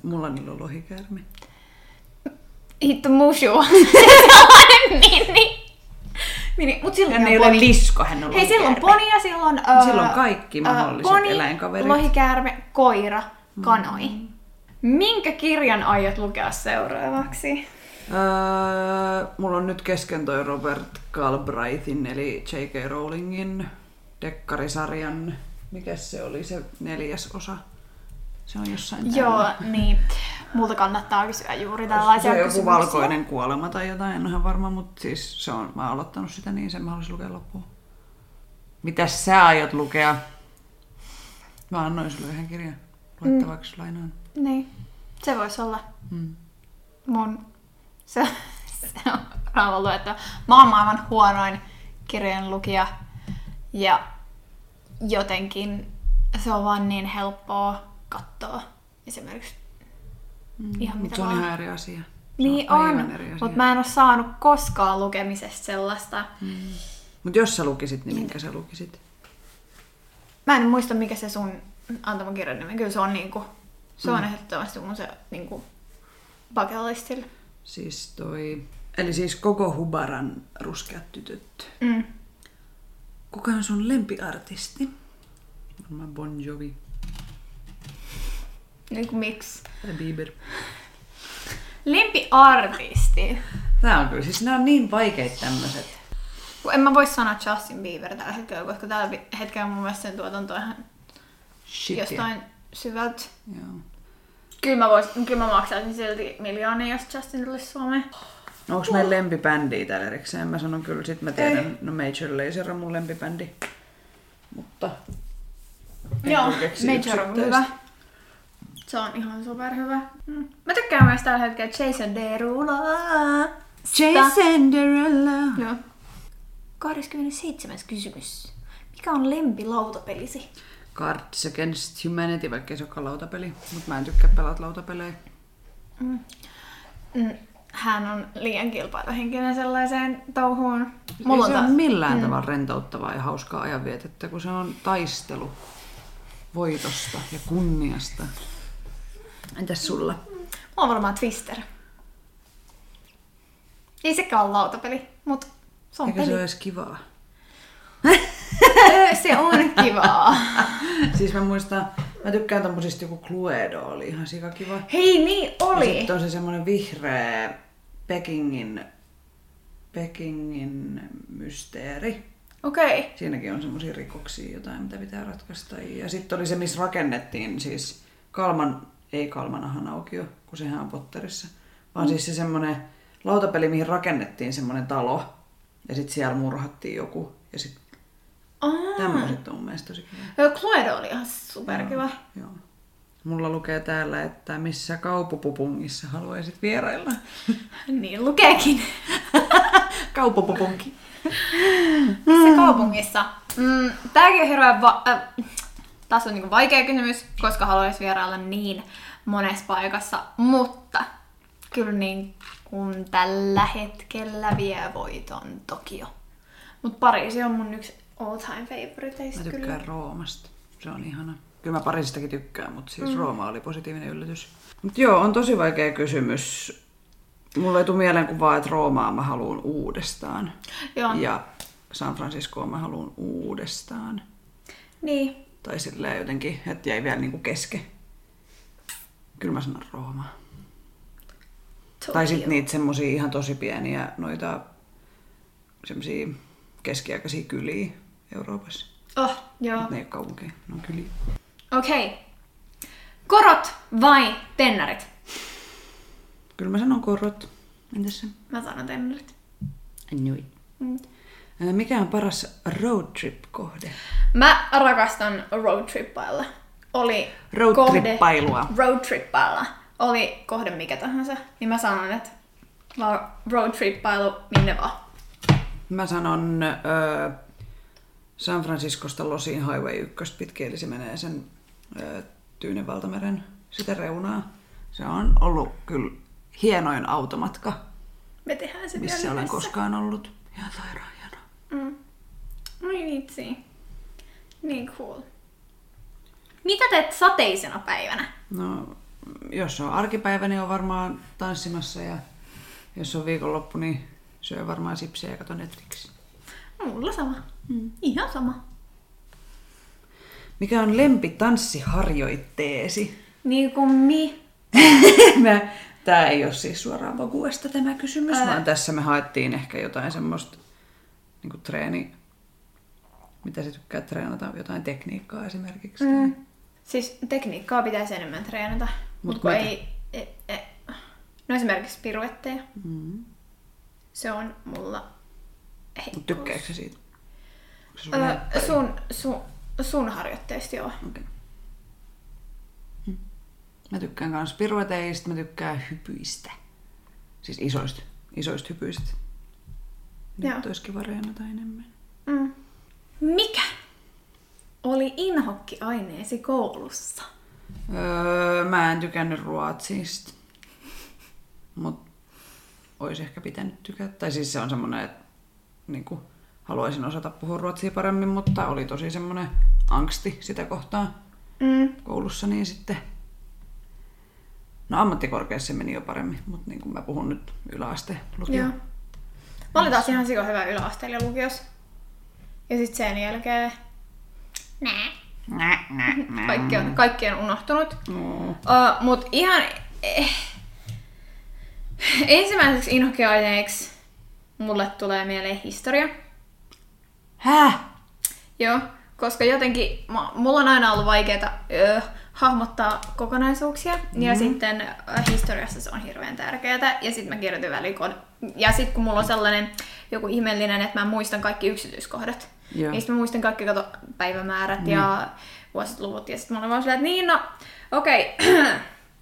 Mulla niillä on lohikäärme. Hitto musua. niin, niin. Mini, mut silloin hän ei ole lisko, hän on Hei, silloin poni ja silloin... Uh, silloin kaikki mahdolliset poni, eläinkaverit. Lohikäärme, koira, kanoi. Mm. Minkä kirjan aiot lukea seuraavaksi? Uh, mulla on nyt kesken toi Robert Galbraithin eli J K. Rowlingin dekkarisarjan. Mikäs se oli se neljäs osa? Se on jossain Joo, täällä. niin. Multa kannattaa kysyä juuri tällaisia kysymyksiä. Se on joku kysymyksiä. valkoinen kuolema tai jotain, en ole ihan varma, mutta siis se on, mä oon aloittanut sitä niin, sen mä haluaisin lukea loppuun. Mitäs sä aiot lukea? Mä annoin sulle yhden kirjan luettavaksi mm. lainaan. Niin, se voisi olla mm. mun... Se, se on raavallu, että mä oon maailman huonoin kirjojen lukija ja jotenkin se on vaan niin helppoa katsoa esimerkiksi mm. ihan mitä se on vaan. ihan eri asia. Se niin on, on mutta mä en ole saanut koskaan lukemisesta sellaista. Mm. Mutta jos sä lukisit, niin minkä sä lukisit? Mä en muista mikä se sun antama kirjan nimi. Kyllä se on niinku, se on mm. ehdottomasti mun se niinku bucket listillä. Siis toi, eli siis koko Hubaran Ruskeat tytöt. Mm. Kuka on sun lempiartisti? Varmaan Bon Jovi. Niinku miksi? Tai Bieber. Lempiartisti? Tää on kyllä, siis nää on niin vaikeita tämmöset. En mä voi sanoa Justin Bieber tällä hetkellä, koska tällä hetkellä mun mielestä sen tuotanto on ihan Shitia. Jostain syvältä. Joo. Kyllä mä, vois, kyllä mä maksaisin silti miljoonia, jos Justin tulisi Suomeen. No, onks meillä lempibändiä täällä erikseen? Mä sanon kyllä, sit mä tiedän, Ei. no Major Lazer on mun lempibändi. Mutta joo, Major on hyvä. Se on ihan superhyvä. Mm. Mä tykkään myös tällä hetkellä Jason Derulo. Jason Derulo. Joo. kahdeskymmenesseitsemäs kysymys. Mikä on lempilautapelisi? Cards Against Humanity, vaikka ei se olekaan lautapeli. Mutta mä en tykkää pelata lautapelejä. Mm. Mm. Hän on liian kilpailuhenkinen sellaiseen touhuun. Mulla ei se ole millään mm. tavalla rentouttavaa ja hauskaa ajanvietettä, kun se on taistelu voitosta ja kunniasta. Entäs sulla? Mulla on varmaan Twister. Ei sekään ole lautapeli, mutta se on Eikö peli. se ole edes kivaa? Se on kivaa. Siis mä muistan, mä tykkään tommosista joku Cluedo, oli ihan sikakiva. Hei, niin oli! Ja sitten on se semmonen vihreä Pekingin, Pekingin mysteeri. Okei. Okay. Siinäkin on semmosia rikoksia jotain, mitä pitää ratkaista. Ja sitten oli se, missä rakennettiin siis Kalman, ei Kalmanahan aukio, kun sehän on Potterissa. Vaan mm. siis se semmonen lautapeli, mihin rakennettiin semmonen talo. Ja sitten siellä murhattiin joku. Ja sitten tämmöiset on mun mielestä tosi kiva. Joo, Cluedo oli ihan superkiva. Joo, joo. Mulla lukee täällä, että missä kaupupupungissa haluaisit vierailla. Niin lukeekin. Kaupupupunki. Missä kaupungissa? Mm, tääkin on hirveän va- äh, taas on niinku vaikea kysymys, koska haluaisin vierailla niin monessa paikassa. Mutta kyllä niin kun tällä hetkellä vie voiton Tokio. Mut Pariisi on mun yksi all time favoriteista. Mä tykkään kyllä Roomasta. Se on ihana. Kyllä mä Pariisistakin tykkään, mutta siis mm. Rooma oli positiivinen yllätys. Mut joo, on tosi vaikea kysymys. Mulla ei tule mieleenkuvaa, että Roomaa mä haluun uudestaan. Joo. Ja San Franciscoa mä haluun uudestaan. Niin. Tai silleen jotenkin, että jäi vielä niinku kesken. Kyllä mä sanon Rooma. Tokio. Tai sit niitä semmosia ihan tosi pieniä noita semmosia keskiaikaisia kyliä Euroopassa. Oh, joo. Mut ne ei ole kaupunkeja, ne on kyliä. Okei. Okay. Korot vai tennarit? Kyllä mä sanon korot. Entäs se? Mä sanon tennarit. I knew it. Mm. Mikä on paras roadtrip-kohde? Mä rakastan roadtrippailla. Oli roadtrippailua. Roadtrippailla. Oli kohde mikä tahansa, niin mä sanon, että roadtrippailu minne vaan. Mä sanon ö, San Franciscosta Losiin Highway yksi pitkin, eli se menee sen ö, Tyynen valtameren sitä reunaa. Se on ollut kyllä hienoin automatka, me tehdään se missä olen koskaan ollut. Ihan sairaan hieno. Mm. Oi vitsi. Niin cool. Mitä teet sateisena päivänä? No, jos on arkipäivä, niin on varmaan tanssimassa ja jos on viikonloppu, niin syö varmaan sipsiä ja kato Netflixiä. Mulla sama. Mm. Ihan sama. Mikä on lempitanssiharjoitteesi? Niin kuin mi. Tää ei ole siis suoraan Voguesta tämä kysymys, Ää... vaan tässä me haettiin ehkä jotain semmoista niin kuin treeni... Mitä sä tykkää treenata? Jotain tekniikkaa esimerkiksi? Mm. Siis tekniikkaa pitäisi enemmän treenata, mutta mut ei, ei, ei... No esimerkiksi piruetteja. Mm. Se on mulla heikkous. Mut tykkääkö sä siitä? Sun, öö, sun, sun, sun harjoitteista joo. Okay. Hm. Mä tykkään kans pirueteista, mä tykkään hypyistä. Siis isoista, isoista hypyistä. Nyt olisi kiva reenata enemmän. Mm. Mikä oli inhokki-aineesi koulussa? Öö, mä en tykännyt ruotsista, mut ois ehkä pitänyt tykätä. Tai siis se on semmonen, että niinku, haluaisin osata puhua ruotsia paremmin, mutta oli tosi semmonen angsti sitä kohtaa mm. koulussa, niin sitten... No ammattikorkeassa meni jo paremmin, mutta niin kuin mä puhun nyt yläaste lukio. Mä olin taas ihan siko hyvä yläasteella ja lukiossa. Ja sit sen jälkeen... Nää. Nää, nää, nää. Kaikki on, kaikki on unohtunut. Mm. Uh, mut ihan... Eh, ensimmäiseksi inhokki-aineeksi mulle tulee mieleen historia. Häh? Joo, koska jotenkin mulla on aina ollut vaikeaa öö, hahmottaa kokonaisuuksia. Mm. Ja sitten äh, historiassa se on hirveän tärkeää. Ja sitten mä kirjoitin välikon. Ja sitten kun mulla on sellainen joku ihmeellinen, että mä muistan kaikki yksityiskohdat. Joo. Ja sitten mä muistan kaikki kato, päivämäärät mm. ja vuositluvut. Ja sitten mä olin vaan silleen, että niin no, okei. Okay.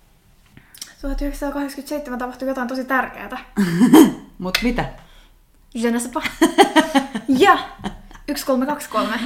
tuhatyhdeksänsataakahdeksankymmentäseitsemän tapahtui jotain tosi tärkeää. Mut mitä? Je ne sais pas. Ja yksi kolme kaksi kolme.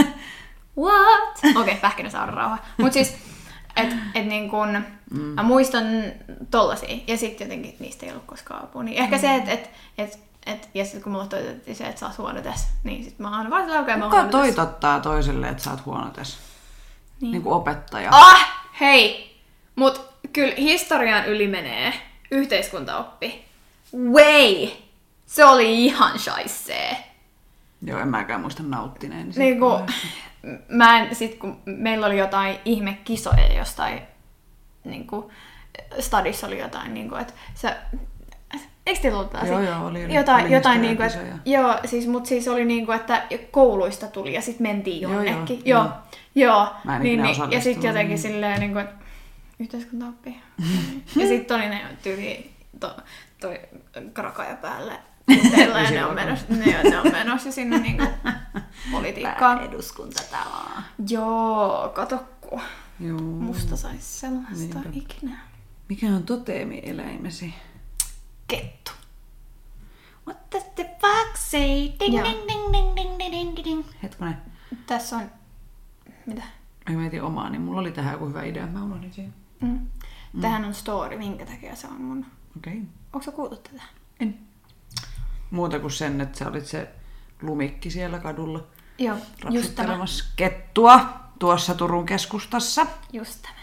What? Okei, okay, Pähkinäsaaren rauha. Mut siis, et, et niin kun, mm. mä muistan tollasia, ja sit jotenkin niistä ei ollut koskaan apua. Niin ehkä mm. se, että et, et, et, ja sit kun mulla toitettiin se, että sä oot huonotes, niin sit mä oon vaan sillä oikein Kuka toitottaa toiselle, että sä oot huonotes? Niin. Niin kuin opettaja. Ah! Hei! Mut kyllä historian yli menee yhteiskuntaoppi. Way! Se oli ihan shaissee. Joo, en mäkään muista nauttineen. Niin kun, mä en, sit kun meillä oli jotain ihmekisoja jostain, niin kun, stadissa oli jotain, niin kun, että sä, eikö teillä ollut taas? Joo, joo, oli. Jotain, oli jotain niin kuin, että, joo, siis, mut siis oli niin kuin, että kouluista tuli ja sit mentiin jonnekin. Joo, joo. joo. joo. Mä en niin, niin, ja sit jotenkin niin. silleen, niin kuin, että yhteiskuntaoppi. Ja sit oli ne tyyli, to, toi krakaja päälle. Teillä ja ne on menossa, ne, ne on menossa sinne niinku politiikkaan. Eduskuntataloon. Joo, kato ku. Joo. Musta sais sellaista Niinpä. Ikinä. Mikä on toteemieläimesi? Kettu. What does the fox say? Ding, ding, ding, ding, ding, ding, ding, ding. Hetkonen. Tässä on... Mitä? Mä mietin omaa, niin mulla oli tähän joku hyvä idea. Mä unohdin siihen. Mm. Mm. Tähän on story, minkä takia se on mun. Okei. Okay. Onko sä kuullut tätä? En. Muuta kuin sen, että sä olit se lumikki siellä kadulla. Joo, just tämä. Kettua tuossa Turun keskustassa. Just tämä.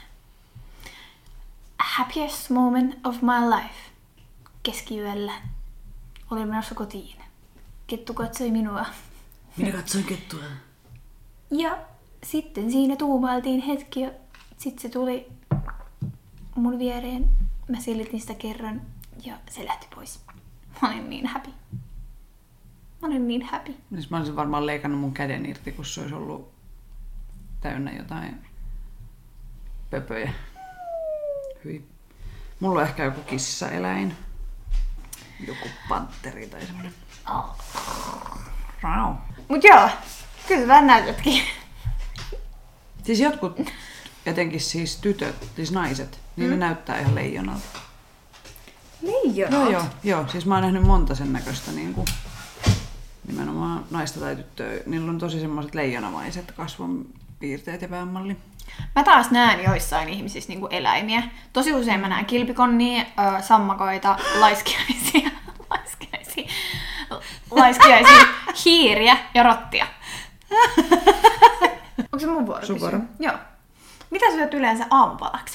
Happiest moment of my life. Keskiyöllä. Olin menossa kotiin. Kettu katsoi minua. Minä katsoin kettua. Ja sitten siinä tuumailtiin hetki ja sitten se tuli mun viereen. Mä selitin sitä kerran ja se lähti pois. Mä olin niin happy. Mä olin niin happy. Siis mä olisin varmaan leikannut mun käden irti, kun se olisi ollut täynnä jotain pöpöjä. Hyi. Mulla on ehkä joku kissaeläin. Joku pantteri tai semmoinen. Oh. Rau. Mut joo, kyllä sä vähän näytätkin. Siis jotkut, etenkin siis tytöt, siis naiset, niin mm. ne näyttää ihan leijonalta. Leijonalta? Joo, joo, joo. Siis mä oon nähnyt monta sen näköistä niin kuin, nimenomaan naista tai tyttöä. Niillä on tosi semmoiset leijonamaiset kasvonpiirteet ja päämalli. Mä taas näen joissain ihmisissä niin kuin eläimiä. Tosi usein mä näen kilpikonnia, ö, sammakoita, laiskiaisia, laiskiaisia, laiskiaisia, hiiriä ja rottia. Onko se mun vuoro? Sun vuoro. Joo. Mitä syöt yleensä aamupalaksi?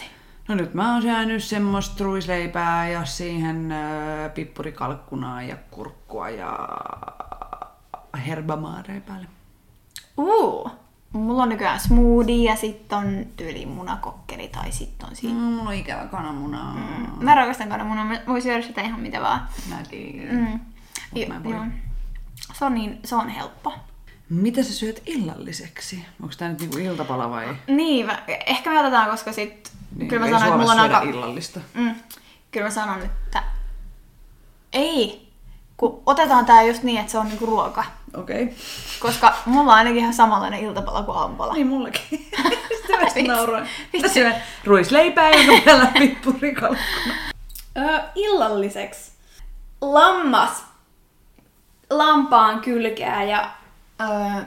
No nyt mä oon syönyt semmoista ruisleipää ja siihen äh, pippurikalkkunaa ja kurkkua ja herbamaareja päälle. Uh, mulla on nykyään smoothie ja sitten on tyyli munakokkeli tai sitten on siinä. Mm, mulla on ikävä kananmunaa. Mm. Mä rakastan kananmunaa, mä voin syödä sitä ihan mitä vaan. Mä tiedän. Mm. Jo, joo. Se on, niin, se on helppo. Mitä sä syöt illalliseksi? Onko tää nyt niinku iltapala vai? Niin, mä, ehkä me otetaan, koska sit... Niin, kyllä mä sanon, että mulla on aika... illallista. Mm, kyllä mä sanon, että... Ei! Kun otetaan tää just niin, että se on niinku ruoka. Okei. Okay. Koska mulla on ainakin ihan samanlainen iltapala kuin aamupala. Niin mullakin. Sitten vasta nauroin. Mä syön ruisleipää ja vielä pippurikalkkuna. Öö, illalliseksi. Lammas. Lampaan kylkeä ja... Öö,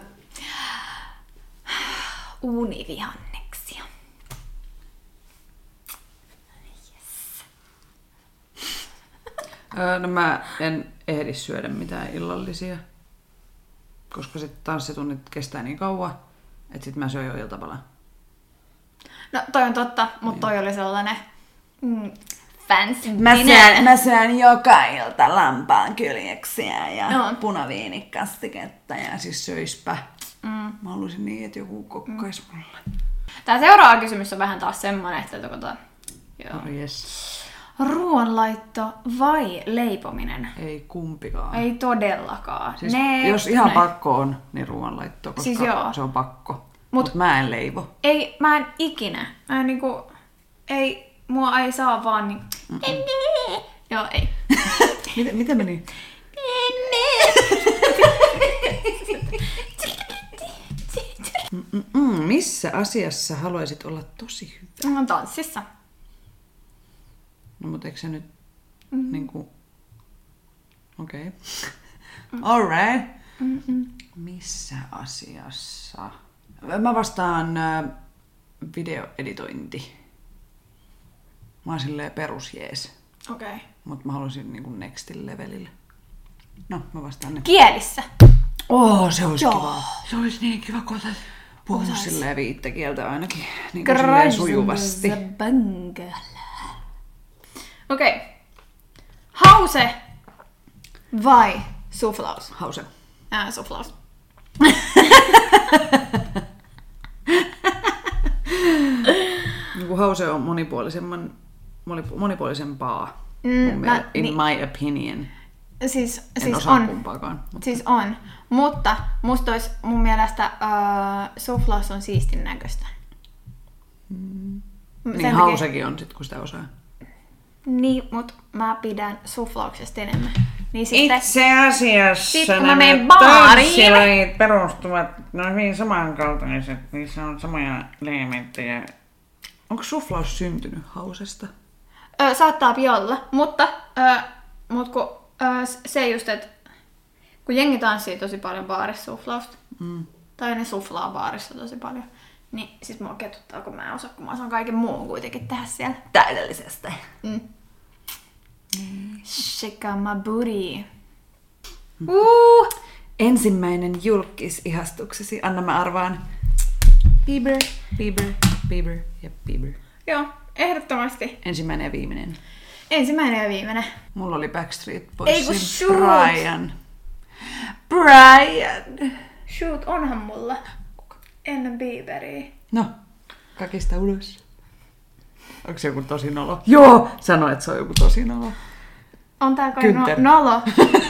uunivihanneksia. Yes. Öö, no mä en ehdi syödä mitään illallisia. Koska sit tanssitunnit kestää niin kauan, että sit mä syön jo iltapalan. No toi on totta, mutta toi oli sellainen mm, fancy mä syön, mä syön joka ilta lampaan kyljeksiä ja no. punaviinikastiketta ja siis söispä. Mm. Mä haluaisin niin, että joku kokkais mm. mulle. Tää seuraava kysymys on vähän taas semmonen, että tota, joo. Oh, yes. Ruoanlaitto vai leipominen? Ei kumpikaan. Ei todellakaan. Siis ne, jos ihan ne. pakko on, niin ruoanlaitto, koska siis joo. se on pakko. Mut, Mut mä en leivo. Ei, mä en ikinä. Mä en niinku, ei, mua ei saa vaan niin... Joo, ei. Miten, miten meni? Mm-mm. Missä asiassa haluaisit olla tosi hyvä? No, tanssissa. No, mutta eikö se nyt Mm-hmm. niinku... Okei. Okay. Mm. Alright. Mm-mm. Missä asiassa? Mä vastaan äh, videoeditointi. Mä oon silleen perusjees. Okei. Okay. Mut mä haluaisin niinku nextin levelille. No, mä vastaan nyt. Kielissä. Oh, se olisi Joo. kiva. Se olisi niin kiva, kun otat puhua Osais. silleen viittä kieltä ainakin. Niin kuin silleen sujuvasti. Okei. Okay. Hause vai suflaus? Hause. Ää, suflaus. Niin hause on monipuolisemman, monipuolisempaa. Mm, mun mä, mielestä, in niin, my opinion. Siis, en siis osaa on. kumpaakaan. Mutta. Siis on. Mutta musta olisi mun mielestä uh, suflaus on siistin näköistä. Mm. Sen Niin hausekin on sit, kun sitä osaa. Niin, mut mä pidän suflauksesta enemmän. Niin sitten, Itse asiassa sit, kun mä menen baariin, perustuvat no hyvin samankaltaiset, niissä on samoja elementtejä. Onko suflaus syntynyt hausesta? Ö, saattaa olla, mutta ö, mut kun, ö, se just, että kun jengi tanssii tosi paljon baarissa suflausta, mm. tai ne suflaa baarissa tosi paljon, niin sit mua ketuttaa, kun mä en osaa, kun mä osaan kaiken muun kuitenkin tehdä siellä. Täydellisesti. Mm. Mm. Shake out my booty. Mm. Uh. Ensimmäinen julkis ihastuksesi. Anna mä arvaan. Bieber, Bieber, Bieber ja Bieber. Joo, ehdottomasti. Ensimmäinen ja viimeinen. Ensimmäinen ja viimeinen. Mulla oli Backstreet Ei kun Boysin shoot. Brian. Brian! Shoot, onhan mulla. Ennen Bieberia. No, kakista ulos. Onko se joku tosi nolo? Joo! Sano, että se on joku tosi nolo. On tää kai Günther. no, nolo.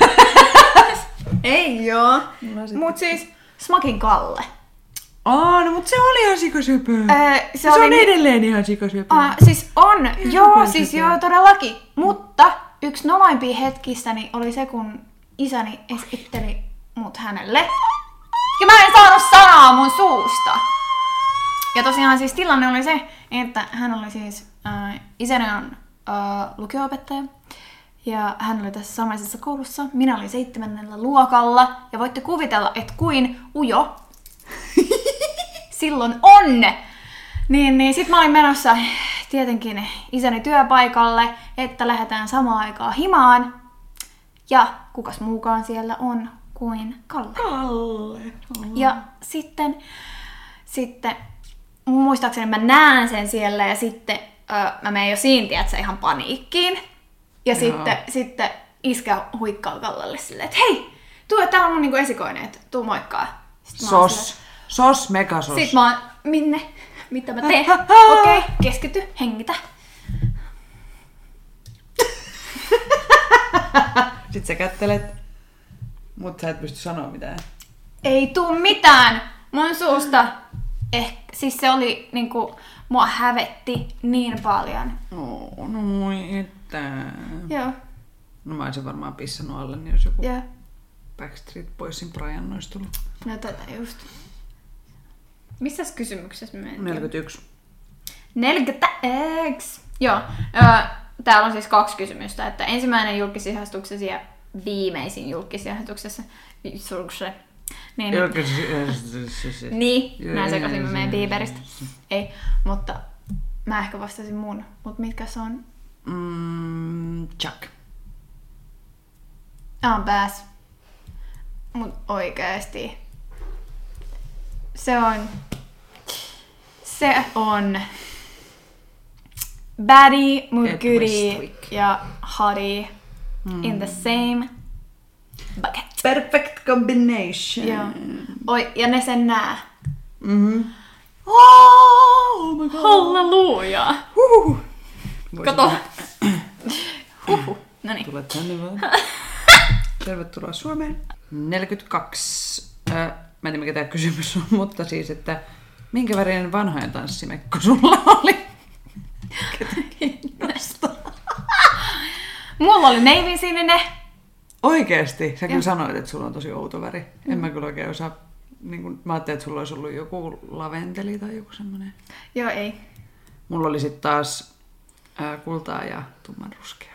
Ei joo. Mut siis Smakin Kalle. Aa, no mut se oli ihan sikasöpö. Öö, se se oli on ni- edelleen ihan sikasöpö. Aa, siis on, Ihan joo, supersöpö. siis joo, todellakin. Mutta yksi noloimpia hetkistäni oli se, kun isäni esitteli mut hänelle. Ja mä en saanut sanaa mun suusta. Ja tosiaan siis tilanne oli se, että hän oli siis, äh, isäni on äh, lukio-opettaja. Ja hän oli tässä samaisessa koulussa. Minä olin seitsemännellä luokalla. Ja voitte kuvitella, että kuin ujo silloin on. Niin, niin sit mä olin menossa tietenkin isäni työpaikalle, että lähdetään samaan aikaan himaan. Ja kukas muukaan siellä on kuin Kalle. Kalle. Oh. Ja sitten, sitten muistaakseni mä näen sen siellä ja sitten öö, mä menen jo siinä, tiedätkö, ihan paniikkiin. Ja sitten, sitten iskä huikkaa Kallalle silleen, että hei, tuu, täällä on mun niinku esikoinen, että tuu moikkaa. Sos. Silleen, sos, megasos. Sitten mä oon, Minne? Mitä mä teen? Okei, okay, keskity, hengitä. Sitten sä kättelet, mutta sä et pysty sanoa mitään. Ei tuu mitään mun suusta. Eh, siis se oli niinku, mua hävetti niin paljon. Oh, no että. Joo. No mä olisin varmaan pissannut alle, niin jos joku yeah. Backstreet Boysin Brian olisi tullut. No tätä just. Missäs kysymyksessä me mentiin? neljäkymmentäyksi. neljäkymmentäyksi. Joo. Täällä on siis kaksi kysymystä. Että ensimmäinen julkisihastuksessa ja viimeisin julkisihastuksessa. Niin, niin näin sekaisin mä menen Bieberistä. Ei, mutta mä ehkä vastasin mun. Mut mitkä se on? Mm, Chuck. Ah, pääs. Mut oikeesti. Se on... Se on... Baddie, Muguri ja Hottie mm. in the same bucket. Perfect combination. Joo. Oi, ja ne sen nää. Mm-hmm. Oh my god. Halleluja. Huhhuh. Kato. Huhhuh. Noniin. Tule tänne vaan. Tervetuloa Suomeen. neljäkymmentäkaksi. Äh, mä en tiedä mikä tää kysymys on, mutta siis, että minkä värinen vanhojen tanssimekko sulla oli? Mulla oli neivinsininen. Oikeesti? Sä kyllä sanoit, että sulla on tosi outo väri. Mm. En mä kyllä oikein osaa... Niin kun, mä ajattelin, että sulla olisi ollut joku laventeli tai joku semmoinen. Joo, ei. Mulla oli sitten taas ää, kultaa ja tummanruskeaa.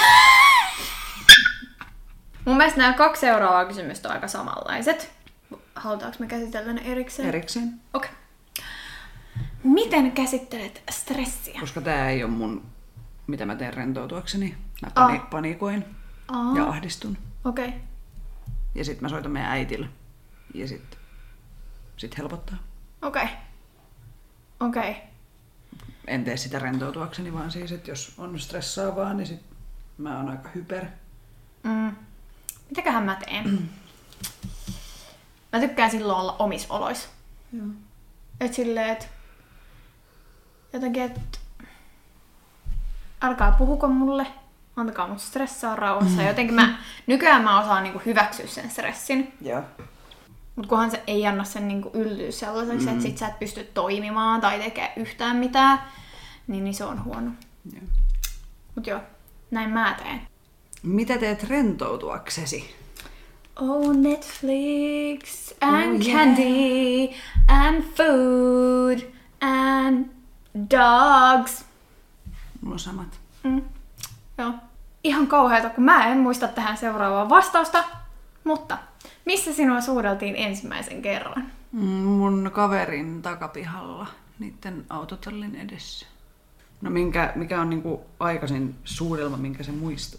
Mun mielestä nämä kaksi seuraavaa kysymystä on aika samanlaiset. Halutaanko me käsitellä ne erikseen? Erikseen. Okei. Okay. Miten käsittelet stressiä? Koska tää ei ole mun, mitä mä teen rentoutuakseni. Mä pani- ah. panikoin ah. ja ahdistun. Okei. Okay. Ja sit mä soitan meidän äitille. Ja sit, sit helpottaa. Okei. Okay. Okei. Okay. En tee sitä rentoutuakseni, vaan siis, että jos on stressaavaa, niin sit mä oon aika hyper. Mm. Mitäköhän mä teen? Mä tykkään silloin olla omissa oloissa. Joo. Et silleen, et jotenkin, että älkää puhuko mulle, antakaa mut stressaa rauhassa. Mm. Jotenkin mä, nykyään mä osaan niinku hyväksyä sen stressin. Joo. Mut kunhan se ei anna sen niinku yltyä sellaiseksi, mm. että sit sä et pysty toimimaan tai tekemään yhtään mitään, niin, niin se on huono. Joo. Mut joo, näin mä teen. Mitä teet rentoutuaksesi? Oh, Netflix and oh, yeah. candy and food and dogs. Mulla on samat. Mm. Joo. Ihan kauheata, kun mä en muista tähän seuraavaa vastausta. Mutta missä sinua suudeltiin ensimmäisen kerran? Mun kaverin takapihalla, niiden autotallin edessä. No minkä, mikä on niinku aikaisin suudelma, minkä sä muistat?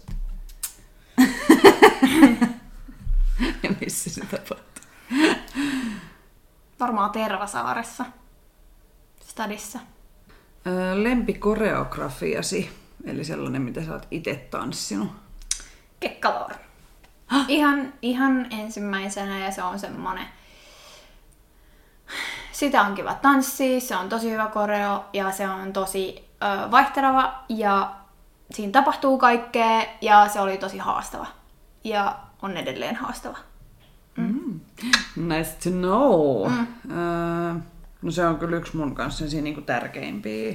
Ja missä se tapahtui? Varmaan Tervasaaressa. Stadissa. Öö, lempikoreografiasi, eli sellainen, mitä sä oot itse tanssinut. Kekkaloor. Ihan, ihan ensimmäisenä, ja se on semmonen... Sitä on kiva tanssia, se on tosi hyvä koreo, ja se on tosi ö, vaihteleva, ja siinä tapahtuu kaikkea, ja se oli tosi haastava. Ja on edelleen haastava. Mm. Mm. Nice to know. Mm. Öö, no se on kyllä yksi mun kanssa siinä niinku tärkeimpiä.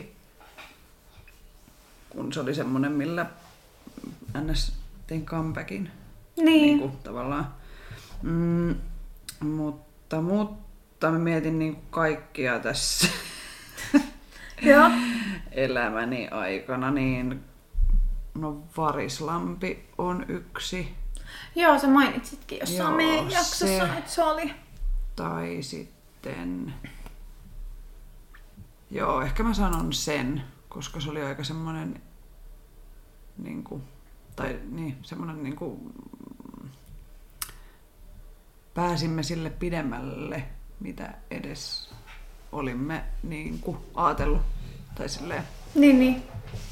Kun se oli semmonen, millä ns. Tein comebackin. Niin. Niinku, tavallaan. Mm, mutta, mutta mä mietin niinku kaikkia tässä Joo. elämäni aikana, niin no Varislampi on yksi. Joo, sä mainitsitkin jossain Joo, meidän jaksossa, se... että se oli. Tai sitten... Joo, ehkä mä sanon sen, koska se oli aika semmonen... Niinku, tai niin, semmonen niinku... Pääsimme sille pidemmälle, mitä edes olimme niinku ajatellut. Tai silleen. Niin, niin.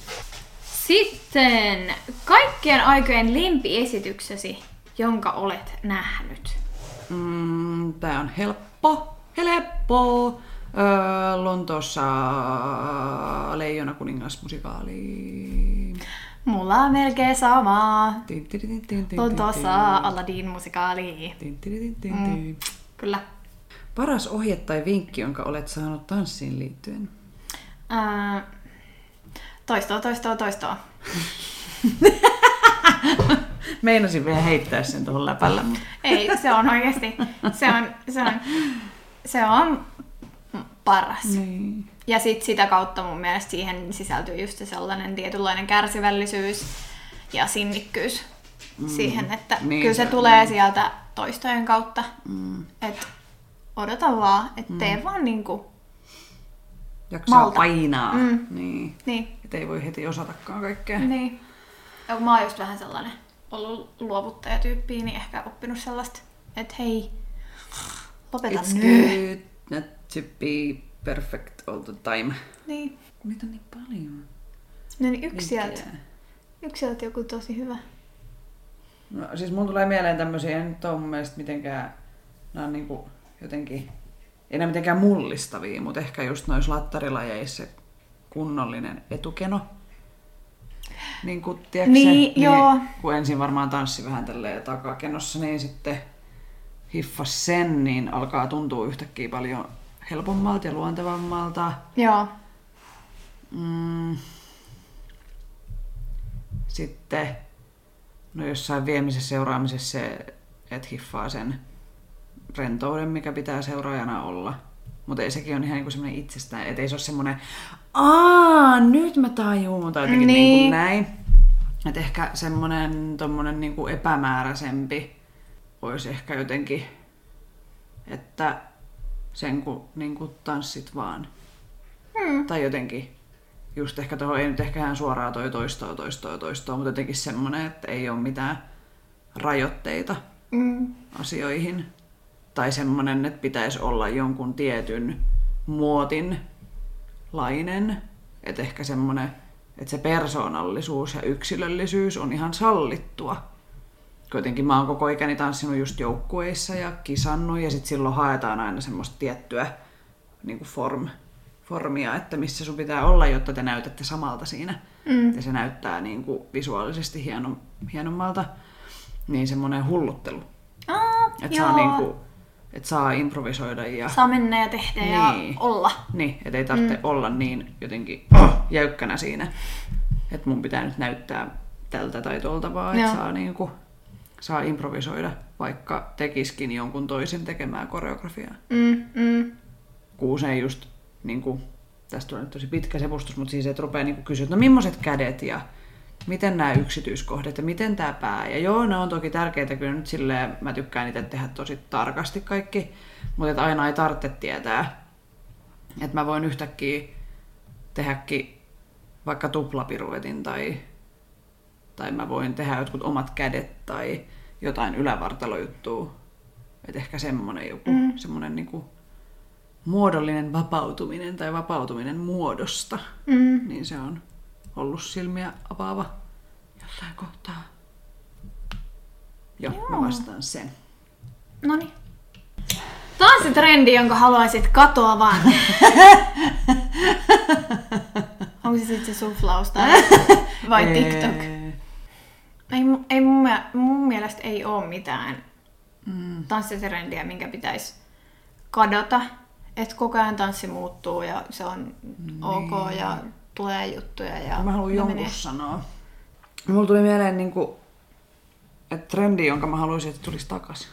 Sitten kaikkien aikojen lempiesityksesi, jonka olet nähnyt. Mm, tää on helppo. Helppo. Öö, Lontoossa Leijona kuningas musikaali. Mulla on melkein sama. Tin, tin, tin, tin, tin, Lontoossa Aladdin musikaali. tin, tin, tin, tin, Mm, tin. kyllä. Paras ohje tai vinkki, jonka olet saanut tanssiin liittyen? Ää, toistoa, toistoa, toistoa. Meinasin vielä heittää sen tuohon läpällä. Mutta... Ei, se on oikeasti, se on, se on, se on paras. Niin. Ja sit sitä kautta mun mielestä siihen sisältyy just se sellainen tietynlainen kärsivällisyys ja sinnikkyys mm. siihen, että niin, kyllä se, se tulee niin. sieltä toistojen kautta. Mm. Että odota vaan, että mm. tee vaan niinku jaksaa malta. painaa. Mm. Niin. Niin. Että ei voi heti osatakaan kaikkea. Niin. Ja kun mä oon just vähän sellainen ollut luovuttajatyyppiä, niin ehkä oppinut sellaista, että hei, lopeta It's nyt. good not to be perfect all the time. Niin. Niitä on niin paljon. No niin yksi sieltä. Yksi sieltä joku tosi hyvä. No siis mun tulee mieleen tämmösiä, ei nyt oo mun mielestä mitenkään, nää on niinku jotenkin, ei nää mitenkään mullistavia, mutta ehkä just noissa lattarilajeissa se kunnollinen etukeno. Niin kun, tiedätkö niin, se, joo. Niin, kun ensin varmaan tanssi vähän tälleen takakenossa, niin sitten hiffas sen, niin alkaa tuntua yhtäkkiä paljon helpommalta ja luontevammalta. Joo. Mm. Sitten no jossain viemisessä seuraamisessa se, että hiffaa sen rentouden, mikä pitää seuraajana olla. Mutta ei sekin ole ihan niinku semmoinen itsestään, että ei se ole semmoinen aah, nyt mä tajuun, tai jotenkin niin. Niin kuin näin. Että ehkä semmoinen tommonen niinku epämääräisempi olisi ehkä jotenkin, että sen kun niinku tanssit vaan. Hmm. Tai jotenkin, just ehkä tuohon ei nyt ehkä ihan suoraan toi toistoa, toistoa, toistoa, mutta jotenkin semmoinen, että ei ole mitään rajoitteita hmm. asioihin. Tai semmoinen, että pitäisi olla jonkun tietyn muotin lainen. Että ehkä semmoinen, että se persoonallisuus ja yksilöllisyys on ihan sallittua. Kuitenkin mä oon koko ikäni tanssinut just joukkueissa ja kisannut ja sit silloin haetaan aina semmoista tiettyä niin kuin form, formia, että missä sun pitää olla, jotta te näytätte samalta siinä. Mm. Ja se näyttää niin kuin visuaalisesti hienom, hienommalta. Niin semmoinen hulluttelu. Ah, että saa niin kuin, että saa improvisoida ja... Saa mennä ja tehdä niin. ja olla. Niin, että ei tarvitse mm. olla niin jotenkin jäykkänä siinä, että mun pitää nyt näyttää tältä tai tuolta, vaan että saa, niin kuin, saa improvisoida, vaikka tekisikin jonkun toisen tekemää koreografiaa. Mm, mm. Kun usein just, niin kuin, tästä tulee nyt tosi pitkä sepustus, mutta siis että rupeaa niin kysyä, että no millaiset kädet ja miten nämä yksityiskohdat ja miten tämä pää. Ja joo, ne on toki tärkeitä, kyllä nyt silleen, mä tykkään itse tehdä tosi tarkasti kaikki, mutta että aina ei tarvitse tietää. Että mä voin yhtäkkiä tehdäkin vaikka tuplapiruetin tai, tai mä voin tehdä jotkut omat kädet tai jotain ylävartalojuttua. Että ehkä semmonen joku, mm. semmonen niinku muodollinen vapautuminen tai vapautuminen muodosta, mm. niin se on ollut silmiä avaava jossain kohtaa. Joo, Joo. mä vastaan sen. Noniin. Tanssitrendi, jonka haluaisit katoavan. Onko se sitten se suflaus tai vai TikTok? Ei, ei mun, mun mielestä ei ole mitään mm. tanssitrendiä, minkä pitäisi kadota. Että koko ajan tanssi muuttuu ja se on niin. ok ja tulee juttuja. Ja mä haluan jonkun menee. sanoa. Mulla tuli mieleen, niinku, että trendi, jonka mä haluaisin, että tulisi takaisin.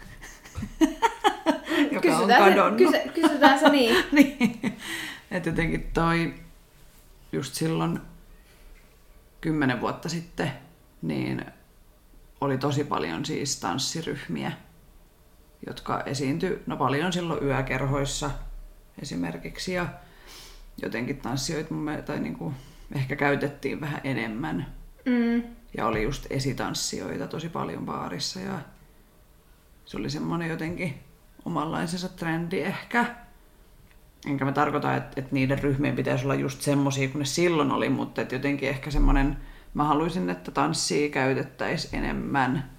Joka kysytään on kadonnut. Se, kysy, kysytään se niin. niin. Että jotenkin toi just silloin kymmenen vuotta sitten niin oli tosi paljon siis tanssiryhmiä, jotka esiintyi no paljon silloin yökerhoissa esimerkiksi ja jotenkin tanssijoita tai niinku ehkä käytettiin vähän enemmän. Mm. Ja oli just esitanssijoita tosi paljon baarissa ja se oli semmoinen jotenkin omanlaisensa trendi ehkä. enkä mä tarkoita, että, että niiden ryhmien pitäisi olla just semmosia kuin ne silloin oli, mutta että jotenkin ehkä semmoinen, mä haluaisin, että tanssia käytettäisiin enemmän,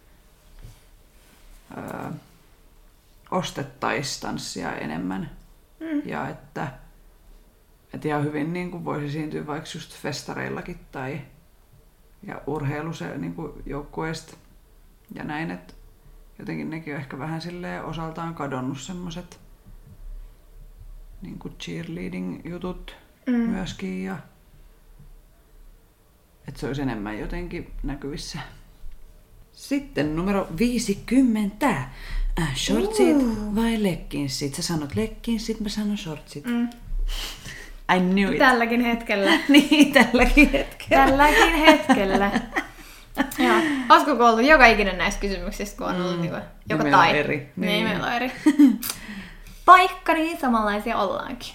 öö, ostettaisiin tanssia enemmän mm. ja että et ihan hyvin niin kuin voisi esiintyä vaikka just festareillakin tai ja urheiluse niin kuin joukkueista ja näin, että jotenkin nekin on ehkä vähän silleen osaltaan kadonnut semmoset niin kuin cheerleading-jutut mm. myöskin ja että se olisi enemmän jotenkin näkyvissä. Sitten numero viisikymmentä. Äh, shortsit uh. vai legginsit? Sä sanot legginsit, mä sanon shortsit. Mm. I knew it. Tälläkin hetkellä. niin, tälläkin hetkellä. Tälläkin hetkellä. Joo. Olisiko kuultu joka ikinen näistä kysymyksistä, kun on ollut mm. niin kuin, joka ja tai. Meillä on eri. Niin, niin meillä on eri. Vaikka niin samanlaisia ollaankin.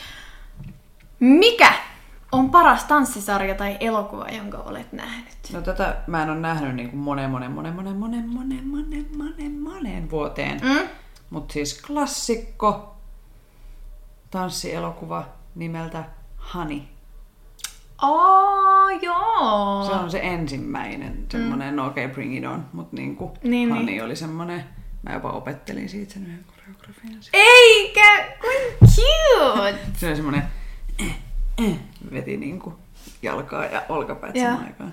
Mikä on paras tanssisarja tai elokuva, jonka olet nähnyt? No tätä mä en ole nähnyt niin kuin monen, monen, monen, monen, monen, monen, monen, monen, monen vuoteen. Mm? Mut siis klassikko tanssielokuva nimeltä Honey. Oh, joo. Se on se ensimmäinen, semmonen, mm. no okei, okay, Bring It On, mut niinku niin, Honey niin. oli semmonen, mä jopa opettelin siitä sen yhden koreografian. Eikä, kuin cute! Se oli semmonen, eh, eh, veti niinku jalkaa ja olkapäät samaan aikaan.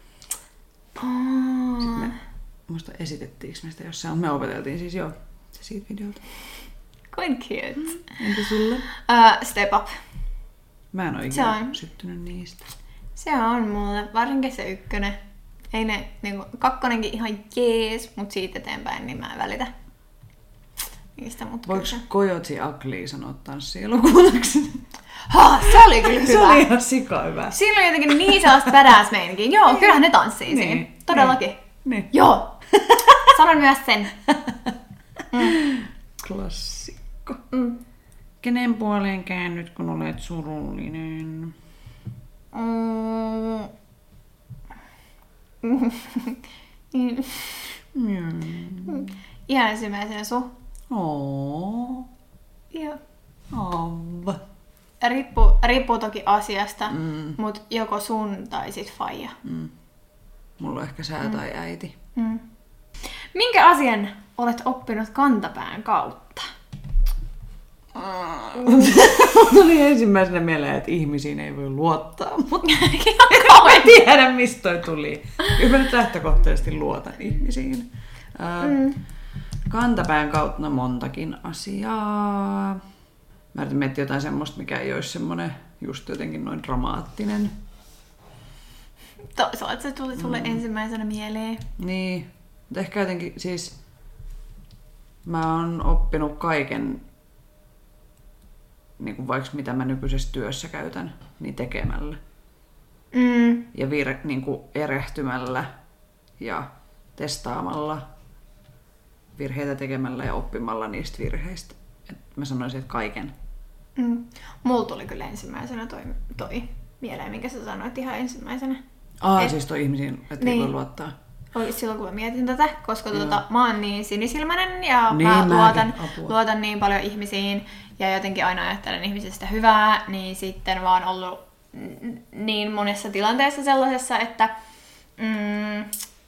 Oh. Sitten me, muista esitettiinkö me sitä jossain, me opeteltiin siis jo se siitä videolta. Kuin cute. Mm. Entä sulle? Uh, step Up. Mä en oo ikinä syttynyt niistä. Se on mulle, varsinkin se ykkönen. Ei ne, niinku, kakkonenkin ihan jees, mut siitä eteenpäin niin mä en välitä niistä. Mut voiko Coyote Ugly sanoa tanssielokuvaksi? Ha, se oli kyllä hyvä. Se oli ihan sika hyvä. Siinä oli jotenkin niin sellaista badass meininkiä. Joo, kyllähän ne tanssii niin, siinä. Todellakin. Niin. Niin. Joo. Sanon myös sen. Mm. Klassikko. Mm. Kenen puoleen käännyt, kun olet surullinen? Mm. mm. Ihan ensimmäisenä sun. Oo. Joo. Av. Riippuu, riippuu toki asiasta, mm. mut joko sun tai sit faija. Mm. Mulla on ehkä sää mm. tai äiti. Mm. Minkä asian olet oppinut kantapään kautta? Tuli ensimmäisenä mieleen, että ihmisiin ei voi luottaa, mutta en tiedä mistä toi tuli. Kyllä mä nyt lähtökohtaisesti luotan ihmisiin. Mm. Kantapään kautta montakin asiaa. Mä yritän miettiä jotain semmoista, mikä ei olisi semmoinen just jotenkin noin dramaattinen. Toisaalta se tuli sulle mm. ensimmäisenä mieleen. Niin, mutta ehkä jotenkin siis mä oon oppinut kaiken, niin kuin vaikka mitä mä nykyisessä työssä käytän, niin tekemällä. Mm. Ja vir, niin kuin erehtymällä ja testaamalla, virheitä tekemällä ja oppimalla niistä virheistä. Et mä sanoisin, että kaiken. Mm. Mulla tuli kyllä ensimmäisenä toi, toi mieleen, minkä sä sanoit ihan ensimmäisenä. Aa, et, siis toi ihmisiin, että niin. ei voi luottaa. Oli silloin, kun mä mietin tätä, koska tuota, mä oon niin sinisilmäinen ja niin, mä luotan, luotan niin paljon ihmisiin ja jotenkin aina ajattelen ihmisistä hyvää, niin sitten vaan ollut niin monessa tilanteessa sellaisessa, että mm,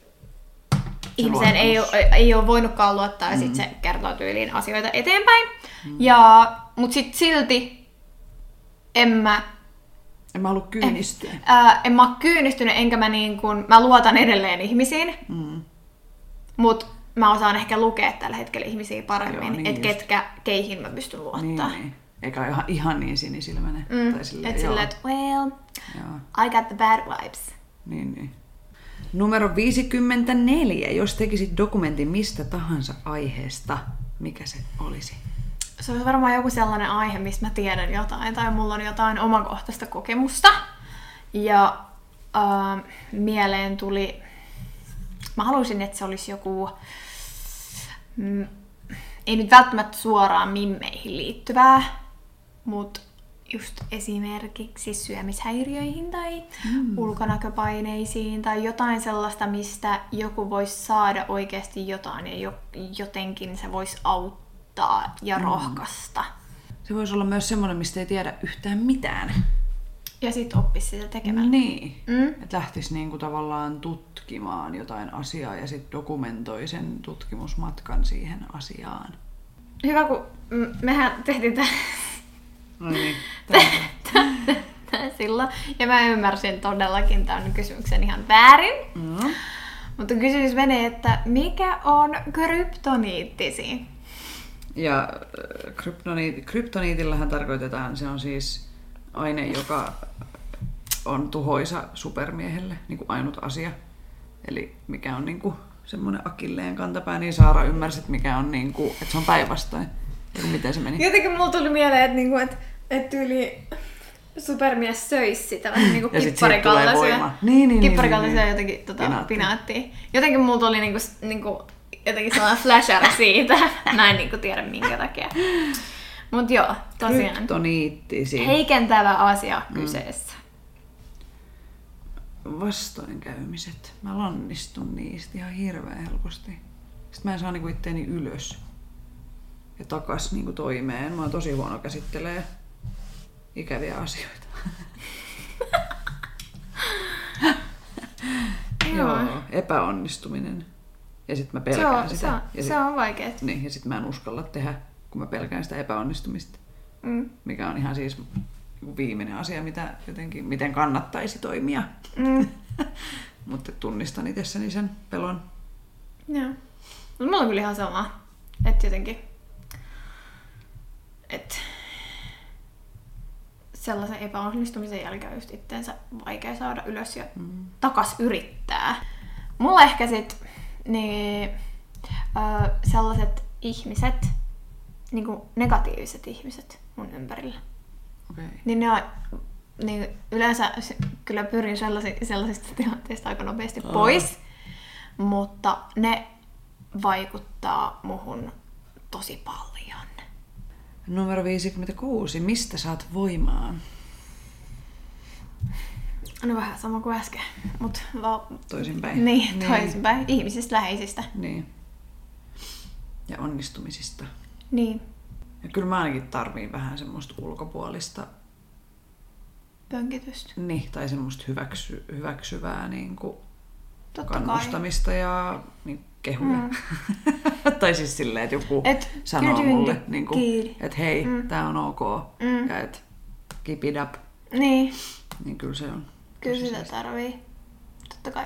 ihmiseen ei ole, ei ole voinutkaan luottaa ja mm. sitten se kertoo tyyliin asioita eteenpäin. Mm. Ja, mut sit silti en mä... En mä halua kyynistyä. En, ää, en mä oo kyynistynyt, enkä mä niin kun... Mä luotan edelleen ihmisiin. Mm. Mut mä osaan ehkä lukea tällä hetkellä ihmisiä paremmin, joo, niin että ketkä, keihin mä pystyn luottaa. Niin, niin. Eikä ihan, ihan niin sinisilmäinen. Mm. Tai silleen, että silleen, että well, joo. I got the bad vibes. Niin, niin. Numero viisikymmentäneljä. Jos tekisit dokumentin mistä tahansa aiheesta, mikä se olisi? Se on varmaan joku sellainen aihe, mistä mä tiedän jotain tai mulla on jotain omakohtaista kokemusta. Ja äh, mieleen tuli... Mä haluaisin, että se olisi joku... Mm, ei nyt välttämättä suoraan mimmeihin liittyvää, mutta just esimerkiksi syömishäiriöihin tai mm. ulkonäköpaineisiin tai jotain sellaista, mistä joku voisi saada oikeasti jotain ja jo, jotenkin se voisi auttaa ja mm. rohkaista. se voisi olla myös semmoinen, mistä ei tiedä yhtään mitään. Ja sit oppisi sitä tekemään. Niin. Mm. Että lähtisi niinku tavallaan tutkimaan jotain asiaa ja sitten dokumentoi sen tutkimusmatkan siihen asiaan. Hyvä, kun mehän tehtiin tämän No niin. silloin. Ja mä ymmärsin todellakin tämän kysymyksen ihan väärin. Mm. Mutta kysymys menee, että mikä on kryptoniittisi? Ja kryptoniit, kryptoniitillahan tarkoitetaan, se on siis aine, joka on tuhoisa supermiehelle, niin kuin ainut asia. Eli mikä on niin kuin semmoinen akilleen kantapää, niin Saara ymmärsit, mikä on niin kuin, että se on päinvastoin. Ja miten se meni? Jotenkin mulla tuli mieleen, että, niinku, että, että tyyli supermies söisi sitä vähän niin kuin kipparikallaisia. Niin, niin, Kipparikallaisia niin, jotenkin tota, Pinaatti. pinaattia. Jotenkin mulla tuli niinku, niinku, jotenkin sellainen flasheri siitä. Mä en niinku tiedä minkä takia. Mut joo, tosiaan. Kryptoniittisi. Heikentävä asia kyseessä. Vastoinkäymiset. Mä lannistun niistä ihan hirveän helposti. Sitten mä en saa niinku itteeni ylös ja takas niinku toimeen. Mä oon tosi huono käsittelee ikäviä asioita. Joo, epäonnistuminen. Ja sit mä pelkään se on, sitä. Se on, ja sit, se on vaikeet. Niin, ja sit mä en uskalla tehdä, kun mä pelkään sitä epäonnistumista. Mm. Mikä on ihan siis viimeinen asia, mitä jotenkin, miten kannattaisi toimia. Mm. Mutta tunnistan itsessäni sen pelon. Joo. Mutta mulla on kyllä ihan sama. Että jotenkin... Että... sellaisen epäonnistumisen jälkeen just itteensä vaikea saada ylös ja mm. takas yrittää. Mulla ehkä sit niin, ö, sellaiset ihmiset, niinku negatiiviset ihmiset mun ympärillä. Okay. Niin ne on, niin yleensä kyllä pyrin sellaisi, sellaisista tilanteista aika nopeasti oh. pois, mutta ne vaikuttaa muhun tosi paljon. Numero viisikymmentäkuusi. Mistä saat voimaa? No vähän sama kuin äsken, mutta vaan... Toisinpäin. Niin, toisinpäin. Niin. Ihmisistä, läheisistä. Niin. Ja onnistumisista. Niin. Ja kyllä mä ainakin tarviin vähän semmoista ulkopuolista... Pönkitystä. Niin, tai semmoista hyväksy, hyväksyvää niin kuin Totta kannustamista kai. Ja niin, kehuja. Mm. Tai siis silleen, että joku et, sanoo mulle, niin kuin, että hei, mm. tää on ok. Mm. Ja että keep it up. Niin. Niin kyllä se on. Kyllä sitä tarvii. Totta kai.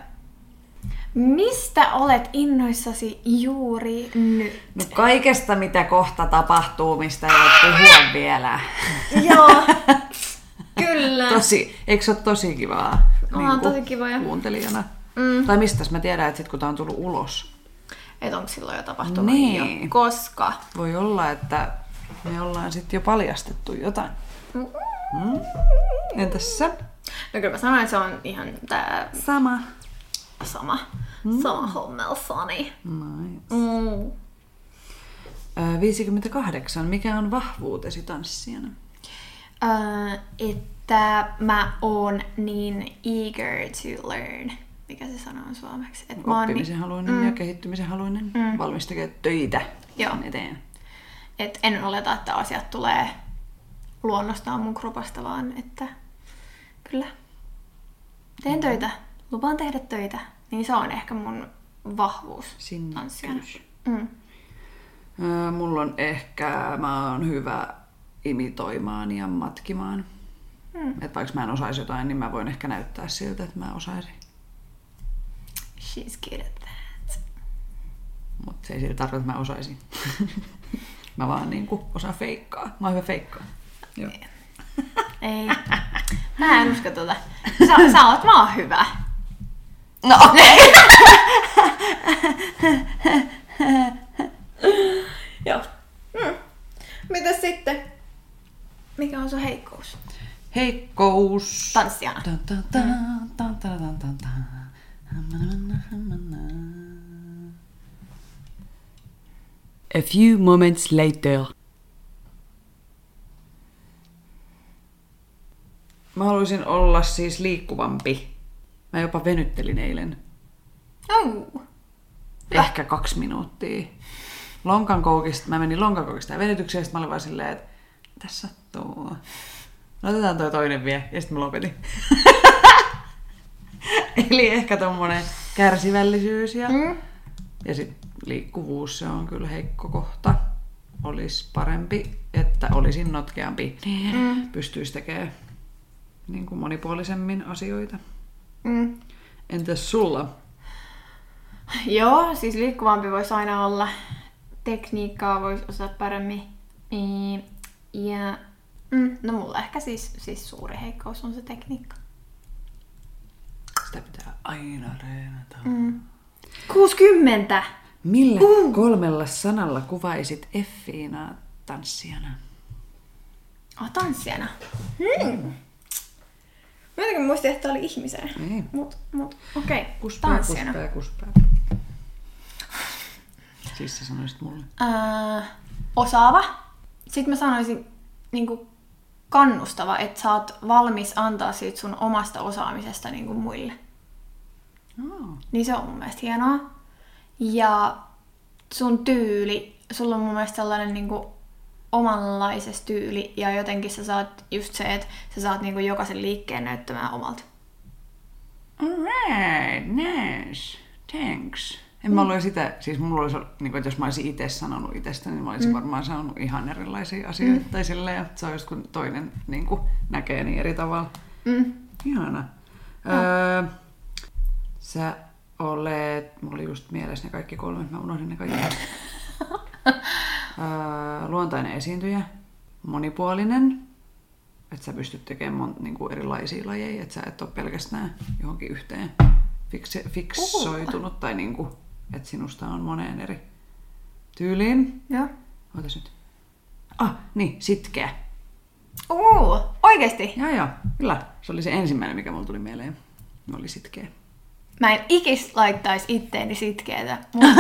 Mistä olet innoissasi juuri nyt? No kaikesta, mitä kohta tapahtuu, mistä ei voi puhua vielä. Joo, kyllä. Tosi, eikö se ole tosi kivaa? Onhan niin tosi kiva. Kuuntelijana. Mm. Tai mistäs mä tiedän, että sit kun tää on tullut ulos. Että onko silloin jo tapahtunut niin. jo? Koska? Voi olla, että me ollaan sitten jo paljastettu jotain. Mm. Entäs sä? No kyllä mä sanoin, että se on ihan tää... Sama. Sama. Mm. Sama hommelsani. Nice. Mm. viisikymmentäkahdeksan. Mikä on vahvuutesi tanssijana? Öö, että mä oon niin eager to learn. Mikä se sana on suomeksi? Et Oppimisen niin... haluinen mm. ja kehittymisen haluinen. Mm. Valmis tekee töitä Joo. eteen. Et en oleta, että asiat tulee luonnostaan mun kropasta, vaan että kyllä teen mm. töitä. Lupaan tehdä töitä. Niin se on ehkä mun vahvuus tanssijana. Mm. Öö, mulla on ehkä, mä oon hyvä imitoimaan ja matkimaan. Mm. Et vaikka mä en osaisi jotain, niin mä voin ehkä näyttää siltä, että mä osaisin. She's good at that. Mutta se ei siitä tarkoita, että mä osaisin. Mä vaan niinku osaan feikkaa. Mä oon hyvä feikkaa. Joo. Ei. Mä en usko tuota. Sä, sä oot vaan hyvä. No okei. Joo. Mm. Mitäs sitten? Mikä on sun heikkous? Heikkous. Tanssijana. A few moments later. Mä haluaisin olla siis liikkuvampi. Mä jopa venyttelin eilen. Oh. Ehkä kaksi minuuttia. Lonkankoukista, mä menin lonkankoukista ja venytykseen, ja mä olin vaan silleen, että tässä sattuu? No otetaan toi toinen vielä, ja sitten mä lopetin. Eli ehkä tommonen kärsivällisyys ja, mm. ja sit liikkuvuus, se on kyllä heikko kohta. Olisi parempi, että olisin notkeampi, niin mm. pystyisi tekemään niin kuin monipuolisemmin asioita. Mm. Entäs sulla? Joo, siis liikkuvampi voisi aina olla. Tekniikkaa voisi osata paremmin. Ja mm, no mulla ehkä siis, siis suuri heikkous on se tekniikka. Sitä pitää aina reenata. Mm. kuusikymmentä! Millä uh. kolmella sanalla kuvaisit Effiinaa tanssijana? Oh, tanssijana? Hmm. Mä jotenkin muistin, että oli ihmisenä. Ei. Mut, mut okei, okay. Kuspää, tanssijana. kuspää, kuspää. Siis sä sanoisit mulle. Äh, osaava. Sitten mä sanoisin niinku kannustava, että sä oot valmis antaa siitä sun omasta osaamisesta niinku muille. Oh. Niin se on mun mielestä hienoa. Ja sun tyyli, sulla on mun mielestä sellainen niinku omanlaises tyyli ja jotenkin sä saat just se, että sä saat niinku jokaisen liikkeen näyttämään omalta. Alright, nice. Thanks. En mä ollut sitä, siis mulla olisi, niin kuin, että jos mä olisin itse sanonut itsestä, niin mä olisin mm. varmaan sanonut ihan erilaisia asioita. Mm. Tai silleen, että se on just kun toinen niin kuin, näkee niin eri tavalla. Mm. Ihana. Mm. Öö, sä olet, mulla oli just mielessä ne kaikki kolme, mä unohdin ne kaikki. öö, luontainen esiintyjä, monipuolinen, että sä pystyt tekemään mon, niin kuin erilaisia lajeja, että sä et ole pelkästään johonkin yhteen fikse, fiksoitunut uh. tai niin kuin, että sinusta on moneen eri tyyliin. Joo. Ootas nyt. Ah, niin, sitkeä. Uh, oikeesti? Joo, joo, kyllä. Se oli se ensimmäinen, mikä mulle tuli mieleen. Me oli sitkeä. Mä en ikis laittais itteeni sitkeätä.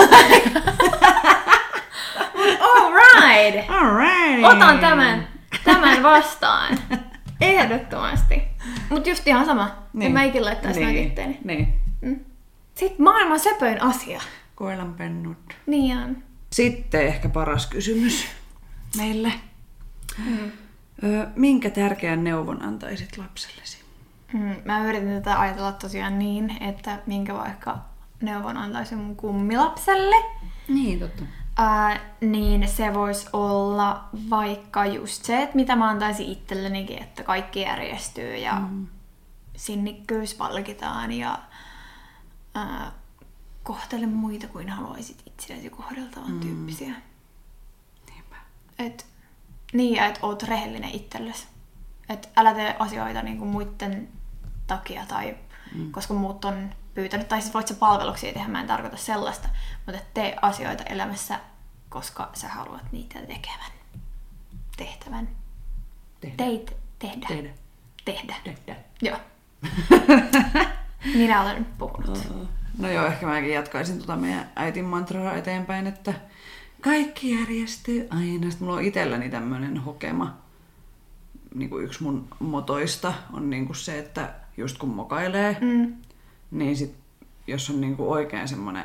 All right. All right. Otan tämän, tämän vastaan. Ehdottomasti. Mut just ihan sama. Niin. En mä ikin laittais niin. noin itteeni. Niin. Mm. Sitten maailman söpöin asia. Koilanpennut. Niin on. Sitten ehkä paras kysymys meille. Mm. Ö, minkä tärkeän neuvon antaisit lapsellesi? Mm, mä yritin tätä ajatella tosiaan niin, että minkä vaikka neuvon antaisin mun kummilapselle. Niin, totta. Ää, niin se voisi olla vaikka just se, että mitä mä antaisin itsellenikin, että kaikki järjestyy ja mm. sinnikkyys palkitaan ja ää, kohtele muita kuin haluaisit itsellesi kohdeltavan mm. tyyppisiä. Niinpä. Et, niin, ja että oot rehellinen itsellesi. Että älä tee asioita niinku muiden takia, tai mm. koska muut on pyytänyt, tai siis voit sä palveluksia tehdä, mä en tarkoita sellaista, mutta tee asioita elämässä, koska sä haluat niitä tekevän. Tehtävän. Tehdä. Teit, tehdä. Tehdä. Tehdä. Tehdä. Joo. Minä olen puhunut. No joo, ehkä mäkin jatkaisin tuota meidän äitin mantraa eteenpäin, että kaikki järjestyy aina. Sitten mulla on itselläni tämmönen hokema. Niin kuin yksi mun motoista on niin kuin se, että just kun mokailee, mm. niin sit, jos on niin kuin oikein semmoinen,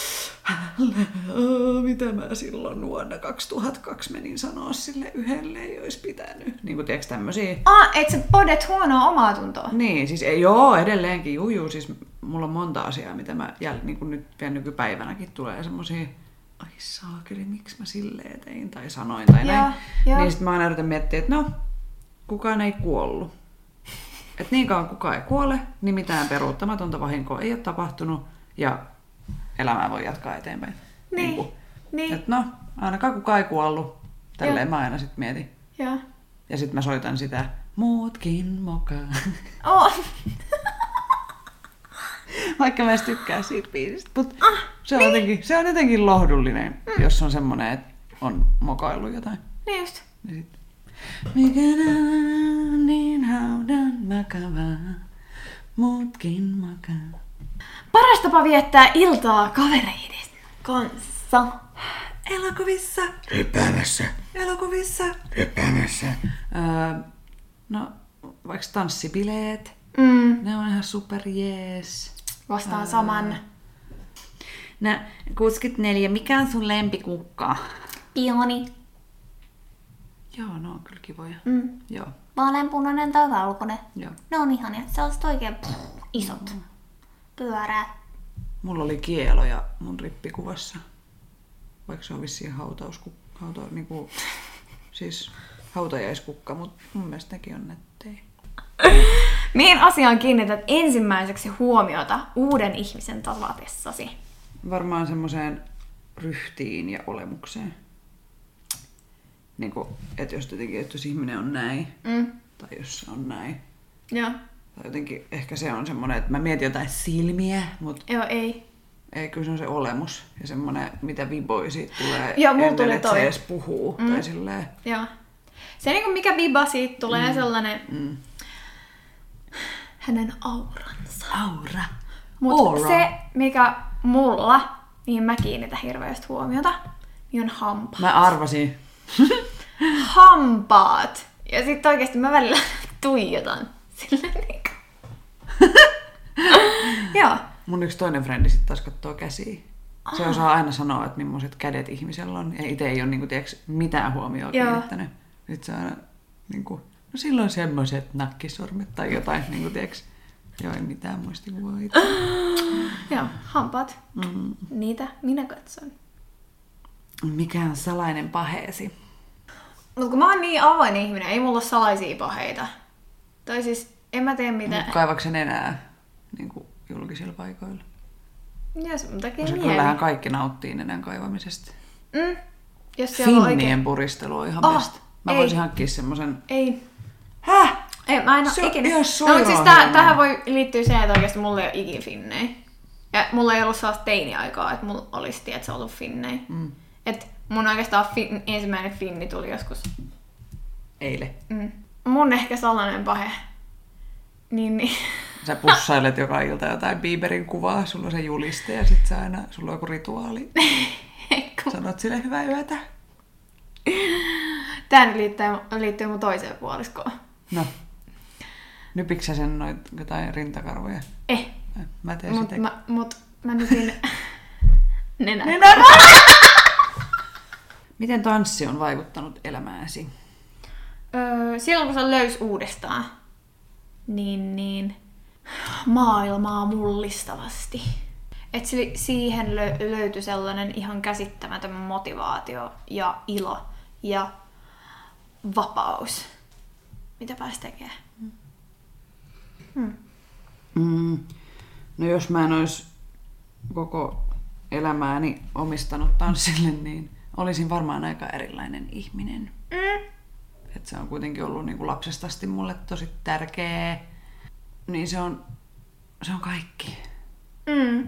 mitä mä silloin vuonna kaksituhattakaksi menin sanoa sille yhdelle, ei olisi pitänyt. Niin kuin tiedätkö tämmösiä. Ah, et sä podet huonoa omaa tuntoa? Niin, siis ei, joo, edelleenkin, juu, juu, siis mulla on monta asiaa, mitä mä jäl, niin kuin nyt vielä nykypäivänäkin tulee semmosia, ai saakeli, miksi mä silleen tein tai sanoin tai ja, näin. Ja. Niin sit mä aina yritän miettiä, että no, kukaan ei kuollut. Et niin kauan kukaan ei kuole, niin mitään peruuttamatonta vahinkoa ei ole tapahtunut ja elämää voi jatkaa eteenpäin. Niin. Niin niin. Et no, ainakaan kukaan ei kuollut. Tälleen mä aina sit mietin. Ja, ja sit mä soitan sitä muutkin mokaa. Oh. Vaikka mä edes tykkää siitä biisistä. Mut ah, se, on niin. jotenkin, se on jotenkin lohdullinen, mm. jos on semmonen, että on mokaillut jotain. Niin just. Ja sit, mikä on niin haudan makavaa, muutkin makaa. Paras tapa viettää iltaa kavereiden kanssa. Elokuvissa. Ryppäämässä. Elokuvissa. Ryppäämässä. Öö, no, vaikka tanssibileet. Mm. Ne on ihan super jees. Vastaan öö, saman. No, kuusikymmentäneljä. Mikä on sun lempikukka? Pioni. Joo, ne on kyllä kivoja. Mm. Joo. Vaaleanpunainen tai valkoinen. Joo. Ne on ihania. Sellaiset oikein pff, isot. Mm. Pyöräät. Mulla oli kieloja mun rippikuvassa. Vaikka se on vissiin hautauskukka. Hauta, niinku, siis hautajaiskukka, mutta mun mielestä nekin on nettejä. Mihin asiaan kiinnität ensimmäiseksi huomiota uuden ihmisen tavatessasi? Varmaan semmoiseen ryhtiin ja olemukseen. Niinku, että jos jotenkin, että jos ihminen on näin, Mm. tai jos se on näin. Joo. Tai jotenkin ehkä se on semmoinen, että mä mietin jotain silmiä, mutta Joo, ei. ei, kyllä se on se olemus ja semmoinen, mitä viboi siitä tulee Joo, mulla ennen, tuli että toi. se edes puhuu. Mm. Tai silleen. Joo. Se niinku mikä viba siitä tulee mm. sellainen Mm. hänen auransa. Aura. Mutta se, mikä mulla, mihin mä kiinnitän hirveästi huomiota, niin on hampaat. Mä arvasin. Hampaat! Ja sit oikeesti mä välillä tuijotan. Silleen niinku. Joo. Mun yksi toinen frendi sit taas kattoo käsiä. Se osaa aina sanoa, että millaiset kädet ihmisellä on. Ja ite ei ole niinku, tiiäks, mitään huomioon Joo. kiinnittänyt. Sitten se aina niinku, no silloin semmoiset nakkisormet tai jotain, niinku, tiiäks. Joo, ei mitään muistikuvaa itse. Joo, hampaat. Mm. Niitä minä katson. Mikä on salainen paheesi? Mut kun mä oon niin avoin ihminen, ei mulla ole salaisia paheita. Tai siis, en mä tee mitään. Mut kaivaks sen enää niinku, julkisilla paikoilla? Jos mun tekee Koska mieli. kyllähän kaikki nauttii nenän kaivamisesta. Mm. Jos siellä on Finnien oikein... puristelu on ihan Oh, best. Mä ei. voisin hankkia semmosen... Ei. Häh? Ei, mä en oo Se on ikinä. ihan No, sairaan mut siis täh, hienoa. tähän voi liittyä se, että oikeesti mulla ei ole ikin finnejä. Ja mulla ei ollut sellaista teini-aikaa, että mulla olisi, tiedätkö, ollut finnejä. Mm. Et mun oikeastaan fin, ensimmäinen finni tuli joskus. Eilen. Mm. Mun ehkä sellainen pahe. Niin, niin. Sä pussailet joka ilta jotain Bieberin kuvaa, sulla on se juliste ja sit sä aina, sulla on joku rituaali. Sanot sille hyvää yötä. Tää nyt liittyy, liittyy mun toiseen puoliskoon. No. Nypiksä sä sen noit jotain rintakarvoja? Eh. Mä teen Mut sitäkin. mä, mut mä nypin nenän. Nenän! Miten tanssi on vaikuttanut elämääsi? Öö, silloin kun se löysi uudestaan, niin, niin maailmaa mullistavasti. Et si- siihen lö- löytyi sellainen ihan käsittämätön motivaatio ja ilo ja vapaus. Mitä pääsi tekemään? Hmm. Mm. No jos mä en olisi koko elämääni omistanut tanssille, niin olisin varmaan aika erilainen ihminen. Mm. Et se on kuitenkin ollut niin kuin lapsesta asti mulle tosi tärkeä. Niin se on, se on kaikki. Mm.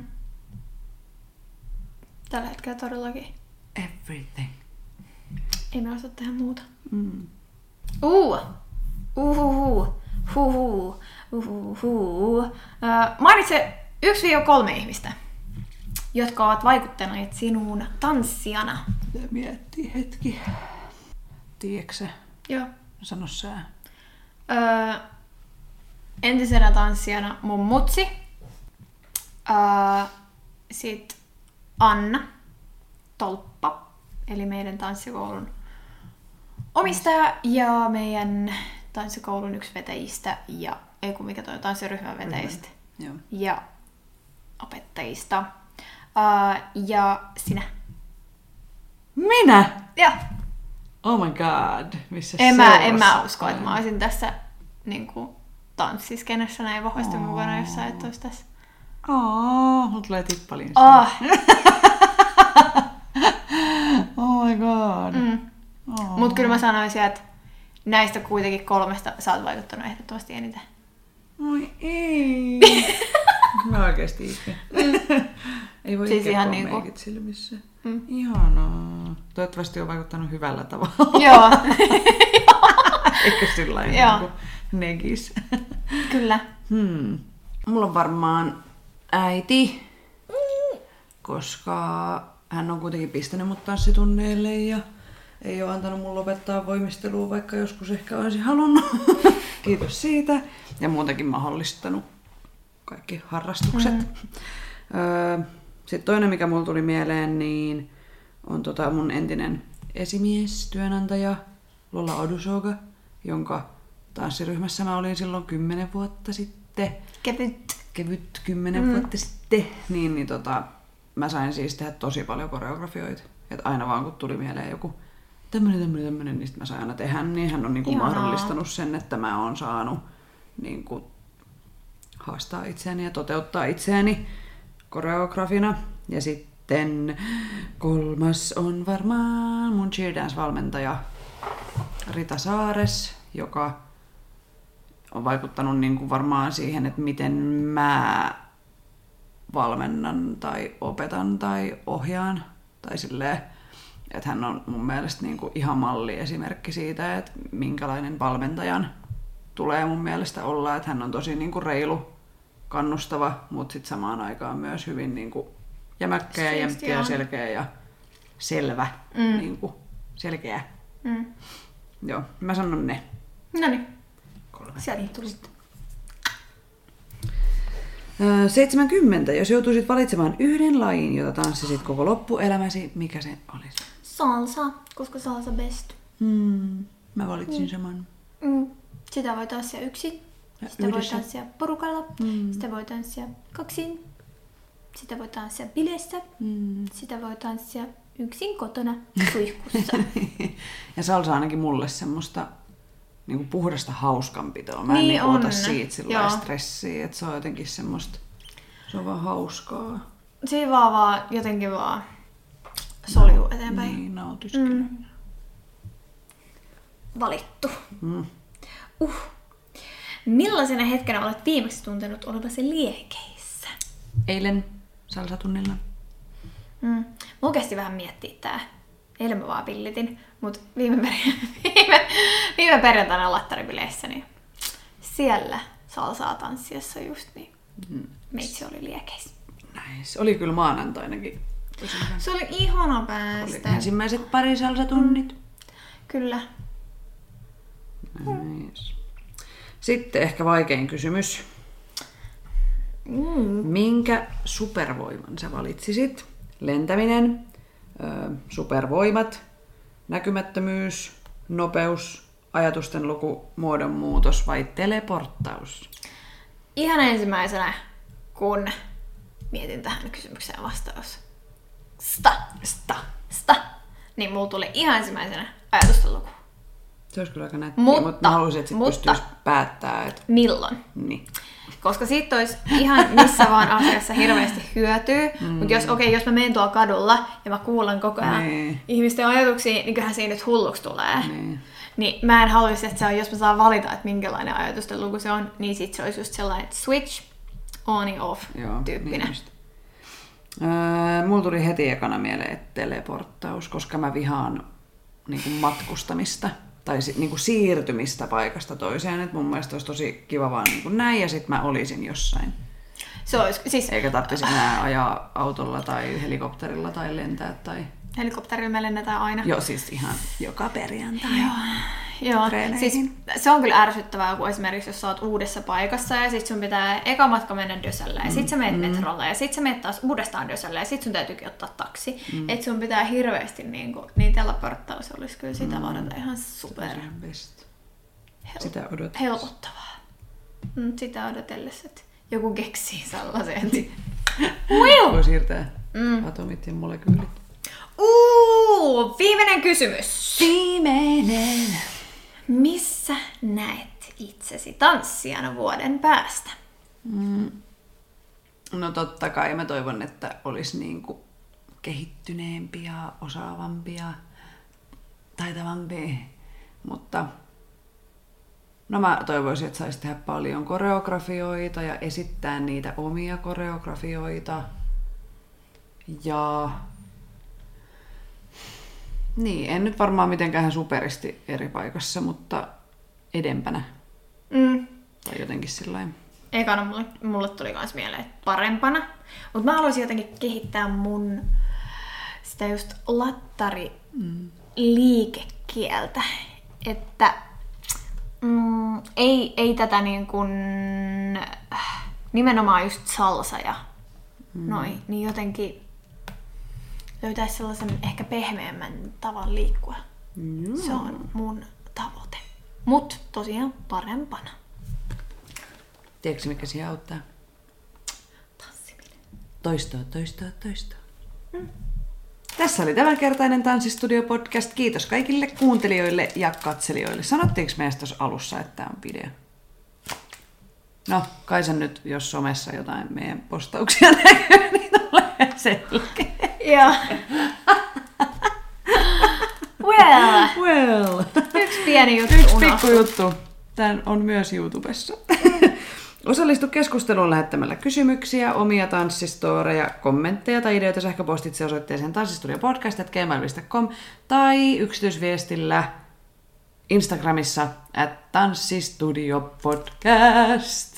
Tällä hetkellä todellakin. Everything. Ei me osaa tehdä muuta. Mm. Uh. Uhuhu. Huhu. Uhuhu. Uh, mainitse yksi kolme ihmistä, jotka ovat vaikuttaneet sinuun tanssijana. Pitää miettiä hetki. Tiedätkö sä? Joo. Sano sä. Öö, entisenä tanssijana mun mutsi. Öö, sit Anna Tolppa, eli meidän tanssikoulun omistaja ja meidän tanssikoulun yksi vetäjistä ja ei kun mikä toi tanssiryhmän vetäjistä Joo. ja opettajista. Öö, ja sinä. Minä? Ja. Oh my god. Missä En mä, en seurassa mä usko, että mä olisin tässä niinku tanssiskenessä näin vahvasti Oh. mukana, jos sä et ois tässä. Oh, mulla tulee tippaliin. Oh. Oh my god. Mm. Oh. Mut kyllä mä sanoisin, että näistä kuitenkin kolmesta sä oot vaikuttanut ehdottomasti eniten. Oi ei. Mä oikeesti itken. Ei voi Siis itkeä, ihan kun on niinku- meikit silmissä. Mm. Ihanaa. Toivottavasti on vaikuttanut hyvällä tavalla. Joo, Eikä sillä lailla Joo. niinku negis. kyllä. Hmm. Mulla on varmaan äiti, koska hän on kuitenkin pistänyt mut tanssitunneille ja ei ole antanut mun lopettaa voimistelua, vaikka joskus ehkä olisi halunnut. Kiitos siitä. Ja muutenkin mahdollistanut kaikki harrastukset. Mm. Öö, Sitten toinen, mikä mulla tuli mieleen, niin on tota mun entinen esimies, työnantaja, Lola Odusoga, jonka tanssiryhmässä mä olin silloin kymmenen vuotta sitten. Kevyt. Kevyt kymmenen mm. vuotta sitten. Niin, niin tota, mä sain siis tehdä tosi paljon koreografioita. Että aina vaan kun tuli mieleen joku tämmönen, tämmönen, tämmönen, niin sit mä sain aina tehdä. Niin hän on niinku mahdollistanut sen, että mä oon saanut niinku haastaa itseäni ja toteuttaa itseäni koreografina. Ja sitten kolmas on varmaan mun cheerdance-valmentaja Rita Saares, joka on vaikuttanut niin kuin varmaan siihen, että miten mä valmennan tai opetan tai ohjaan. Tai silleen, että hän on mun mielestä niin kuin ihan malliesimerkki siitä, että minkälainen valmentajan tulee mun mielestä olla. Että hän on tosi niin kuin reilu, kannustava, mutta sitten samaan aikaan myös hyvin niin kuin jämäkkä ja jämpti ja selkeä ja selvä. Mm. Niin kuin selkeä. Mm. Joo, mä sanon ne. Noniin. Sieltä tuli. seitsemänkymmentä. Jos joutuisit valitsemaan yhden lajin, jota tanssisit koko loppuelämäsi, mikä se olisi? Salsa, koska salsa best. Hmm, mä valitsin mm. saman. Mm. Sitä voi tanssia yksin. Ja sitä yhdessä. Voi tanssia porukalla. Mm. Sitä voi tanssia kaksin. Sitä voi tanssia bileissä. Mm. Sitä voi tanssia yksin kotona suihkussa. Ja salsa ainakin mulle semmoista niinku puhdasta hauskanpitoa. Mä en niin niinku ota siitä sillä stressiä, että se on jotenkin semmoista, se on vaan hauskaa. Siinä vaan, vaan jotenkin vaan soljuu eteenpäin. Niin, nautiskelua. Mm. Valittu. Mm. Uh. Millaisena hetkenä olet viimeksi tuntenut olevasi liekeissä? Eilen salsatunnilla. Mm. Mun kesti vähän miettiä tää. Eilen mä vaan pillitin, mut viime, per- viime, viime perjantaina lattaribileissä, niin siellä salsaa tanssiessa just niin. Mm. Meitsi oli liekeissä. Nice. Oli kyllä maanantainakin. Tosiaan. Se oli ihana päästä. Oli ensimmäiset pari salsatunnit. Mm. Kyllä. Nice. Sitten ehkä vaikein kysymys. Mm. Minkä supervoiman sä valitsisit? Lentäminen, supervoimat, näkymättömyys, nopeus, ajatusten luku, muodon muutos vai teleporttaus? Ihan ensimmäisenä, kun mietin tähän kysymykseen vastaus. Sta. Sta. Sta. Niin mulla tuli ihan ensimmäisenä ajatusten luku. Se olisi kyllä aika nättiä, mutta, mutta mä haluaisin, että sit pystyisi päättämään. Että... Milloin? Niin. Koska siitä olisi ihan missä vaan asiassa hirveästi hyötyä. Mm. Mutta jos, okay, jos mä menen tuolla kadulla ja mä kuulen koko ajan nee. ihmisten ajatuksia, niin kyllähän siinä nyt hulluksi tulee. Nee. Niin mä en haluaisi, että se on, jos mä saan valita, että minkälainen ajatusten luku se on, niin sit se olisi just sellainen switch, on ja off Joo, tyyppinen. Niin öö, mulla tuli heti ekana mieleen, että teleporttaus, koska mä vihaan niin kuin matkustamista. Tai niin kuin siirtymistä paikasta toiseen, että mun mielestä olisi tosi kiva vaan niin kuin näin ja sit mä olisin jossain. Se olisi, siis... Eikä tarvitsisi enää ajaa autolla tai helikopterilla tai lentää tai... Helikopterilla me lennetään aina. Joo, siis ihan joka perjantai. Joo, Joo. Siis se on kyllä ärsyttävää, kun esimerkiksi jos sä oot uudessa paikassa ja sit sun pitää eka matka mennä Dösölle ja sit sä menet mm. metrolle ja sit sä menet taas uudestaan Dösölle ja sit sun täytyykin ottaa taksi. Mm. Et sun pitää hirveästi niinku, niin teleporttaus olisi kyllä sitä mm. varata ihan super. Hel- sitä odotellessa. Helpottavaa. Mm, sitä odotellessa, että joku keksii sellaisen. Voi siirtää mm. atomit ja molekyylit. Uuu, viimeinen kysymys. Viimeinen. Missä näet itsesi tanssijana vuoden päästä? Mm. No totta kai mä toivon, että olisi niinku kehittyneempi ja osaavampi ja taitavampi. Mutta no mä toivoisin, että saisi tehdä paljon koreografioita ja esittää niitä omia koreografioita. Ja niin, en nyt varmaan mitenkään superisti eri paikassa, mutta edempänä. Mm. Tai jotenkin sillain. Ekana mulle, mulle tuli myös mieleen, että parempana. Mutta mä haluaisin jotenkin kehittää mun sitä just lattari mm. liikekieltä. Että mm, ei, ei tätä niin kuin nimenomaan just salsa ja mm. noin, niin jotenkin löytäisi sellaisen ehkä pehmeämmän tavan liikkua. Mm. Se on mun Mut tosiaan parempana. Tiedätkö mikä siihen auttaa? Tanssiminen. Toistoa, toistoa, toistoa. Mm. Tässä oli tämänkertainen Tanssistudio-podcast. Kiitos kaikille kuuntelijoille ja katselijoille. Sanottiinko meistä tuossa alussa, että tämä on video? No, kai sen nyt, jos somessa jotain meidän postauksia näkyy, niin tulee selkeä. Joo. Well. Well. Yksi pieni juttu Yksi unohtui. pikku juttu. Tämä on myös YouTubessa. Osallistu keskusteluun lähettämällä kysymyksiä, omia tanssistoreja, kommentteja tai ideoita sähköpostitse osoitteeseen tanssistudiopodcast at gmail piste com tai yksityisviestillä Instagramissa at tanssistudiopodcast.